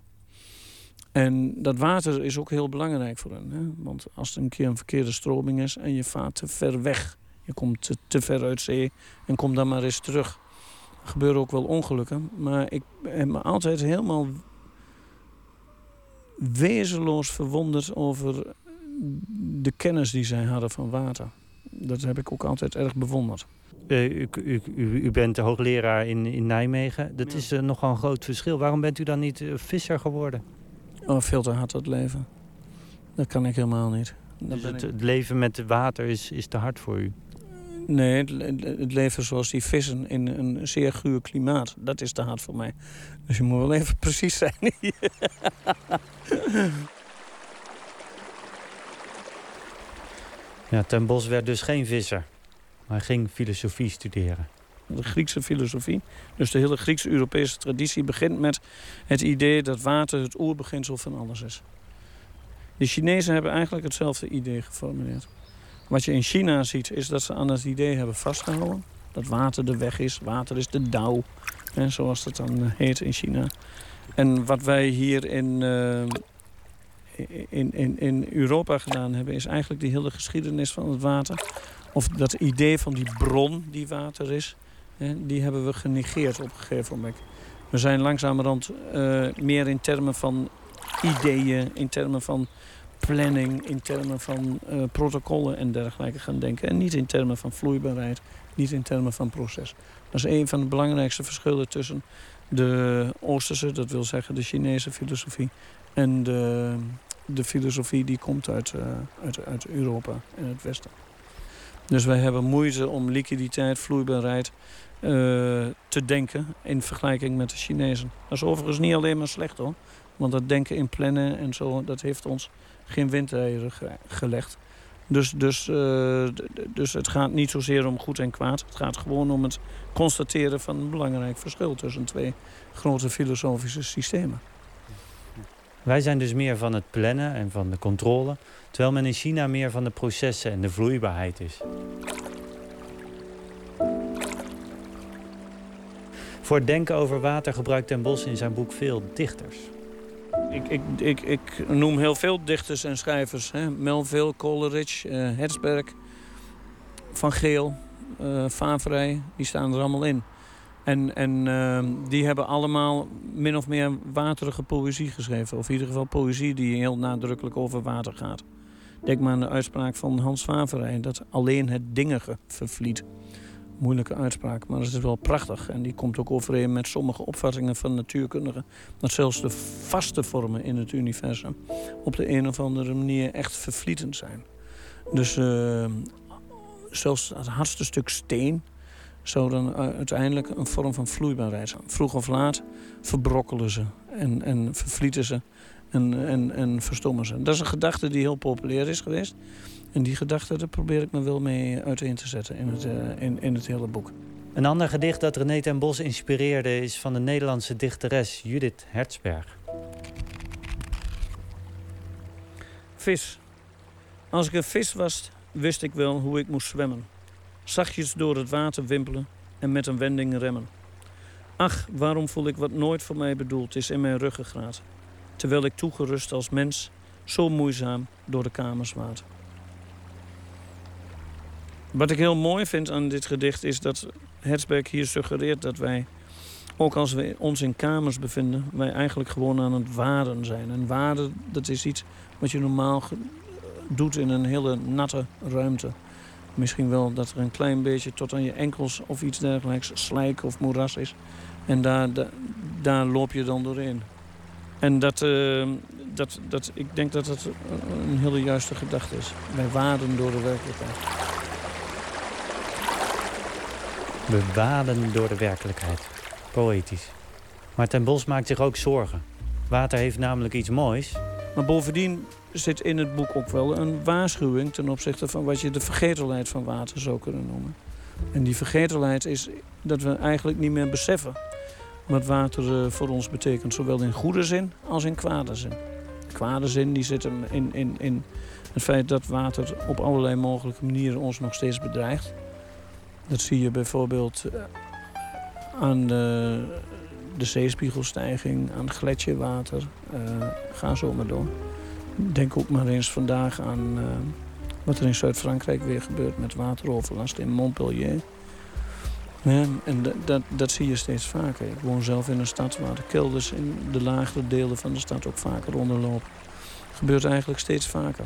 En dat water is ook heel belangrijk voor hen. Hè? Want als er een keer een verkeerde stroming is en je vaart te ver weg, je komt te, te ver uit zee en komt dan maar eens terug. Er gebeuren ook wel ongelukken, maar ik heb me altijd helemaal wezenloos verwonderd over de kennis die zij hadden van water. Dat heb ik ook altijd erg bewonderd. Uh, u, u, u, u bent de hoogleraar in, in Nijmegen. Dat ja. is uh, nogal een groot verschil. Waarom bent u dan niet uh, visser geworden? Oh, veel te hard dat leven. Dat kan ik helemaal niet. Dus het, het leven met water is, is te hard voor u? Nee, het, het leven zoals die vissen in een zeer guur klimaat, dat is te hard voor mij. Dus je moet wel even precies zijn hier. Ja, ten Bos werd dus geen visser, maar ging filosofie studeren. de Griekse filosofie. Dus de hele Grieks-Europese traditie begint met het idee dat water het oerbeginsel van alles is. De Chinezen hebben eigenlijk hetzelfde idee geformuleerd. Wat je in China ziet, is dat ze aan het idee hebben vastgehouden. Dat water de weg is, water is de Dao, hè, zoals dat dan heet in China. En wat wij hier in, uh, in, in, in Europa gedaan hebben, is eigenlijk die hele geschiedenis van het water. Of dat idee van die bron die water is, hè, die hebben we genegeerd op een gegeven moment. We zijn langzamerhand uh, meer in termen van ideeën, in termen van planning, in termen van uh, protocollen en dergelijke gaan denken. En niet in termen van vloeibaarheid, niet in termen van proces. Dat is een van de belangrijkste verschillen tussen de Oosterse, dat wil zeggen de Chinese filosofie, en de, de filosofie die komt uit, uh, uit, uit Europa en het Westen. Dus wij hebben moeite om liquiditeit, vloeibaarheid uh, te denken in vergelijking met de Chinezen. Dat is overigens niet alleen maar slecht hoor. Want dat denken in plannen en zo, dat heeft ons geen windeieren gelegd. Dus, dus, uh, dus het gaat niet zozeer om goed en kwaad. Het gaat gewoon om het constateren van een belangrijk verschil tussen twee grote filosofische systemen. Wij zijn dus meer van het plannen en van de controle, terwijl men in China meer van de processen en de vloeibaarheid is. Voor het denken over water gebruikt Ten Bos in zijn boek veel dichters. Ik, ik, ik, ik noem heel veel dichters en schrijvers. Hè. Melville, Coleridge, uh, Hertzberg, Van Geel, uh, Favrey, die staan er allemaal in. En, en uh, die hebben allemaal min of meer waterige poëzie geschreven. Of in ieder geval poëzie die heel nadrukkelijk over water gaat. Denk maar aan de uitspraak van Hans Favrey, dat alleen het dingige vervliet. Moeilijke uitspraak, maar het is wel prachtig. En die komt ook overeen met sommige opvattingen van natuurkundigen. Dat zelfs de vaste vormen in het universum op de een of andere manier echt vervlietend zijn. Dus uh, zelfs het hardste stuk steen zou dan uiteindelijk een vorm van vloeibaarheid zijn. Vroeg of laat verbrokkelen ze en, en vervlieten ze en, en, en verstommen ze. Dat is een gedachte die heel populair is geweest. En die gedachte, daar probeer ik me wel mee uiteen te zetten in het, uh, in, in het hele boek. Een ander gedicht dat René Ten Bos inspireerde is van de Nederlandse dichteres Judith Hertzberg. Vis. Als ik een vis was, wist ik wel hoe ik moest zwemmen. Zachtjes door het water wimpelen en met een wending remmen. Ach, waarom voel ik wat nooit voor mij bedoeld is in mijn ruggengraat, terwijl ik toegerust als mens zo moeizaam door de kamers waad. Wat ik heel mooi vind aan dit gedicht is dat Hertzberg hier suggereert dat wij, ook als we ons in kamers bevinden, wij eigenlijk gewoon aan het waden zijn. En waden, dat is iets wat je normaal doet in een hele natte ruimte. Misschien wel dat er een klein beetje tot aan je enkels of iets dergelijks slijk of moeras is. En daar, daar, daar loop je dan doorheen. En dat, uh, dat, dat, ik denk dat dat een hele juiste gedachte is. Wij waden door de werkelijkheid. We waden door de werkelijkheid. Poëtisch. Maar Ten Bos maakt zich ook zorgen. Water heeft namelijk iets moois. Maar bovendien zit in het boek ook wel een waarschuwing ten opzichte van wat je de vergetelheid van water zou kunnen noemen. En die vergetelheid is dat we eigenlijk niet meer beseffen wat water voor ons betekent. Zowel in goede zin als in kwade zin. De kwade zin die zit hem in, in, in het feit dat water op allerlei mogelijke manieren ons nog steeds bedreigt. Dat zie je bijvoorbeeld aan de, de zeespiegelstijging, aan gletsjerwater. Uh, ga zo maar door. Denk ook maar eens vandaag aan uh, wat er in Zuid-Frankrijk weer gebeurt met wateroverlast in Montpellier. Ja, en dat, dat, dat zie je steeds vaker. Ik woon zelf in een stad waar de kelders in de lagere delen van de stad ook vaker onderlopen. Dat gebeurt eigenlijk steeds vaker.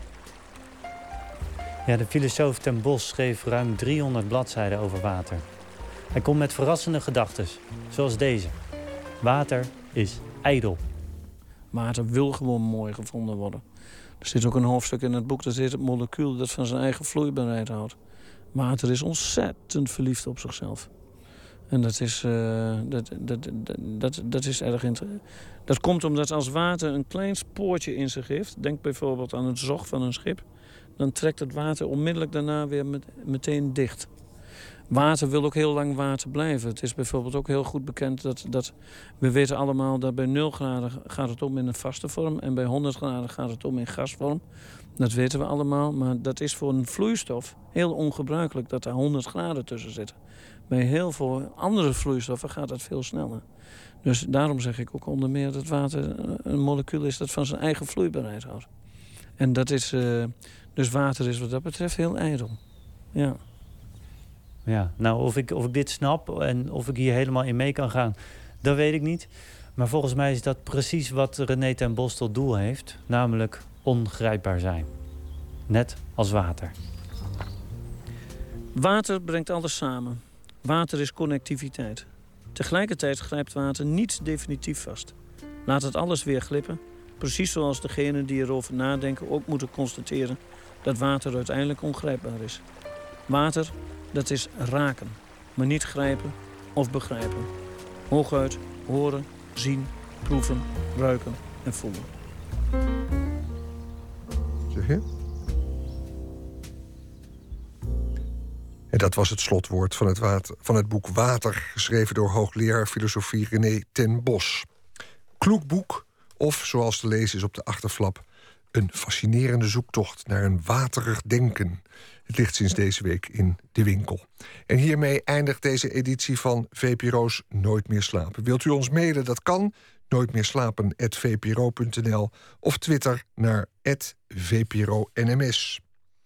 Ja, de filosoof Ten Bos schreef ruim driehonderd bladzijden over water. Hij komt met verrassende gedachten, zoals deze. Water is ijdel. Water wil gewoon mooi gevonden worden. Er zit ook een hoofdstuk in het boek, dat heet het molecuul dat van zijn eigen vloeibaarheid houdt. Water is ontzettend verliefd op zichzelf. En dat is, uh, dat, dat, dat, dat, dat is erg interessant. Dat komt omdat als water een klein spoortje in zich heeft, denk bijvoorbeeld aan het zog van een schip, dan trekt het water onmiddellijk daarna weer met, meteen dicht. Water wil ook heel lang water blijven. Het is bijvoorbeeld ook heel goed bekend dat... dat we weten allemaal dat bij nul graden gaat het om in een vaste vorm... en bij honderd graden gaat het om in gasvorm. Dat weten we allemaal, maar dat is voor een vloeistof heel ongebruikelijk... dat er honderd graden tussen zitten. Bij heel veel andere vloeistoffen gaat dat veel sneller. Dus daarom zeg ik ook onder meer dat water een molecuul is... dat van zijn eigen vloeibaarheid houdt. En dat is... Uh, dus water is wat dat betreft heel ijdel. Ja. Ja, nou, of ik, of ik dit snap en of ik hier helemaal in mee kan gaan, dat weet ik niet. Maar volgens mij is dat precies wat René ten Bos tot doel heeft. Namelijk ongrijpbaar zijn. Net als water. Water brengt alles samen. Water is connectiviteit. Tegelijkertijd grijpt water niet definitief vast. Laat het alles weer glippen. Precies zoals degenen die erover nadenken ook moeten constateren... dat water uiteindelijk ongrijpbaar is. Water, dat is raken, maar niet grijpen of begrijpen. Hooguit horen, zien, proeven, ruiken en voelen. Zeg je? En dat was het slotwoord van het, water, van het boek Water... geschreven door hoogleraar filosofie René ten Bos. Kloek boek, of zoals te lezen is op de achterflap... een fascinerende zoektocht naar een waterig denken. Het ligt sinds deze week in de winkel. En hiermee eindigt deze editie van V P R O's Nooit meer slapen. Wilt u ons mailen? Dat kan. nooit meer slapen at v p r o punt n l of Twitter naar at v p r o n m s.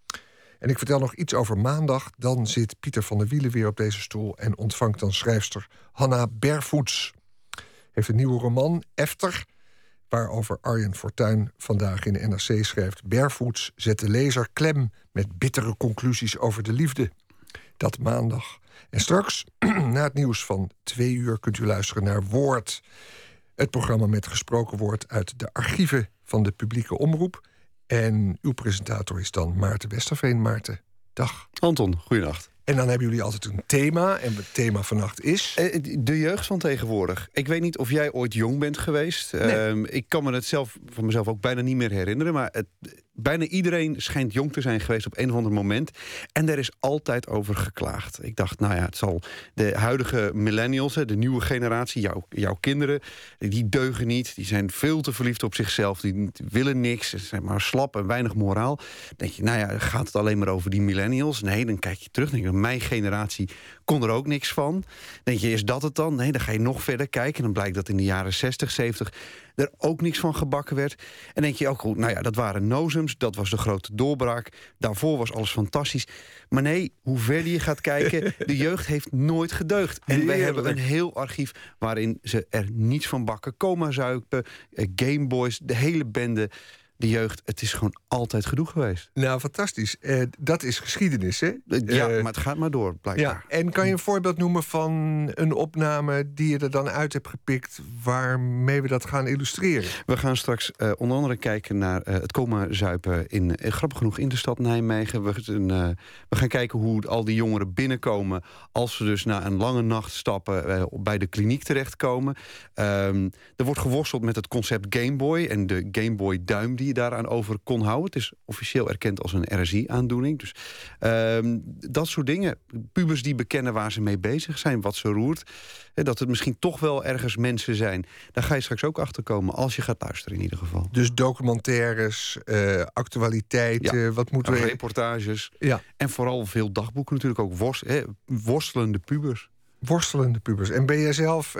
En ik vertel nog iets over maandag. Dan zit Pieter van der Wielen weer op deze stoel... en ontvangt dan schrijfster Hanna Bervoets. Heeft een nieuwe roman, Efter... waarover Arjen Fortuyn vandaag in de N R C schrijft... Bervoets zet de lezer klem met bittere conclusies over de liefde. Dat maandag. En straks, na het nieuws van twee uur... kunt u luisteren naar Woord. Het programma met gesproken woord uit de archieven van de publieke omroep. En uw presentator is dan Maarten Westerveen. Maarten, dag. Anton, goeienacht. En dan hebben jullie altijd een thema. En het thema vannacht is... De jeugd van tegenwoordig. Ik weet niet of jij ooit jong bent geweest. Nee. Um, ik kan me het zelf van mezelf ook bijna niet meer herinneren. Maar het, bijna iedereen schijnt jong te zijn geweest op een of ander moment. En er is altijd over geklaagd. Ik dacht, nou ja, het zal de huidige millennials, de nieuwe generatie, jouw, jouw kinderen, die deugen niet. Die zijn veel te verliefd op zichzelf. Die willen niks. Ze zijn maar slap en weinig moraal. Dan denk je, nou ja, gaat het alleen maar over die millennials? Nee, dan kijk je terug. Dan denk je, mijn generatie kon er ook niks van. Dan denk je, is dat het dan? Nee, dan ga je nog verder kijken. En dan blijkt dat in de jaren zestig, zeventig er ook niks van gebakken werd. En denk je ook, goed, nou ja, dat waren nozems. Dat was de grote doorbraak. Daarvoor was alles fantastisch. Maar nee, hoe verder je gaat kijken, de jeugd heeft nooit gedeugd. En wij hebben een heel archief waarin ze er niets van bakken. Coma-zuipen, Gameboys, de hele bende. De jeugd, het is gewoon altijd gedoe geweest. Nou, fantastisch. Uh, dat is geschiedenis, hè? Ja, uh, maar het gaat maar door, blijkbaar. Ja, en kan je een voorbeeld noemen van een opname die je er dan uit hebt gepikt, waarmee we dat gaan illustreren? We gaan straks uh, onder andere kijken naar uh, het coma-zuipen in, uh, grappig genoeg, in de stad Nijmegen. We, uh, we gaan kijken hoe al die jongeren binnenkomen als ze dus na een lange nacht stappen uh, bij de kliniek terechtkomen. Um, er wordt geworsteld met het concept Gameboy en de Gameboy duim die je daaraan over kon houden. Het is officieel erkend als een R S I-aandoening. Dus um, dat soort dingen. Pubers die bekennen waar ze mee bezig zijn, wat ze roert. Dat het misschien toch wel ergens mensen zijn. Daar ga je straks ook achter komen als je gaat luisteren in ieder geval. Dus documentaires, uh, actualiteiten, ja, wat moeten we... reportages. Ja. En vooral veel dagboeken natuurlijk ook. Worst, hè, worstelende pubers. Worstelende pubers. En ben jij zelf... Uh,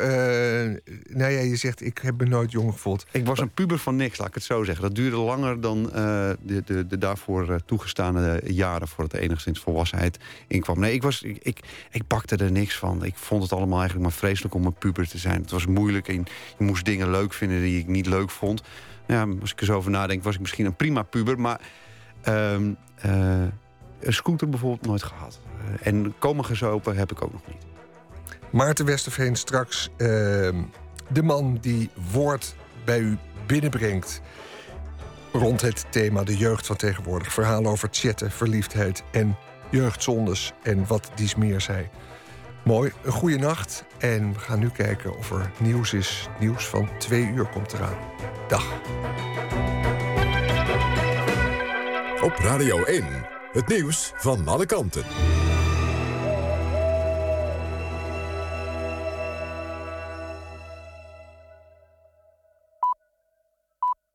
nou ja, je zegt, ik heb me nooit jong gevoeld. Ik was een puber van niks, laat ik het zo zeggen. Dat duurde langer dan uh, de, de, de daarvoor uh, toegestane jaren... voordat er enigszins volwassenheid inkwam. Nee, ik, was, ik, ik, ik pakte er niks van. Ik vond het allemaal eigenlijk maar vreselijk om een puber te zijn. Het was moeilijk en je moest dingen leuk vinden die ik niet leuk vond. Ja, als ik er zo over nadenk, was ik misschien een prima puber. Maar uh, uh, een scooter bijvoorbeeld nooit gehad. Uh, en komen gezopen heb ik ook nog niet. Maarten Westerveen straks, uh, de man die woord bij u binnenbrengt rond het thema de jeugd van tegenwoordig. Verhalen over chatten, verliefdheid en jeugdzondes en wat dies meer zei. Mooi, een goede nacht en we gaan nu kijken of er nieuws is. Nieuws van twee uur komt eraan. Dag. Op Radio één, het nieuws van alle kanten.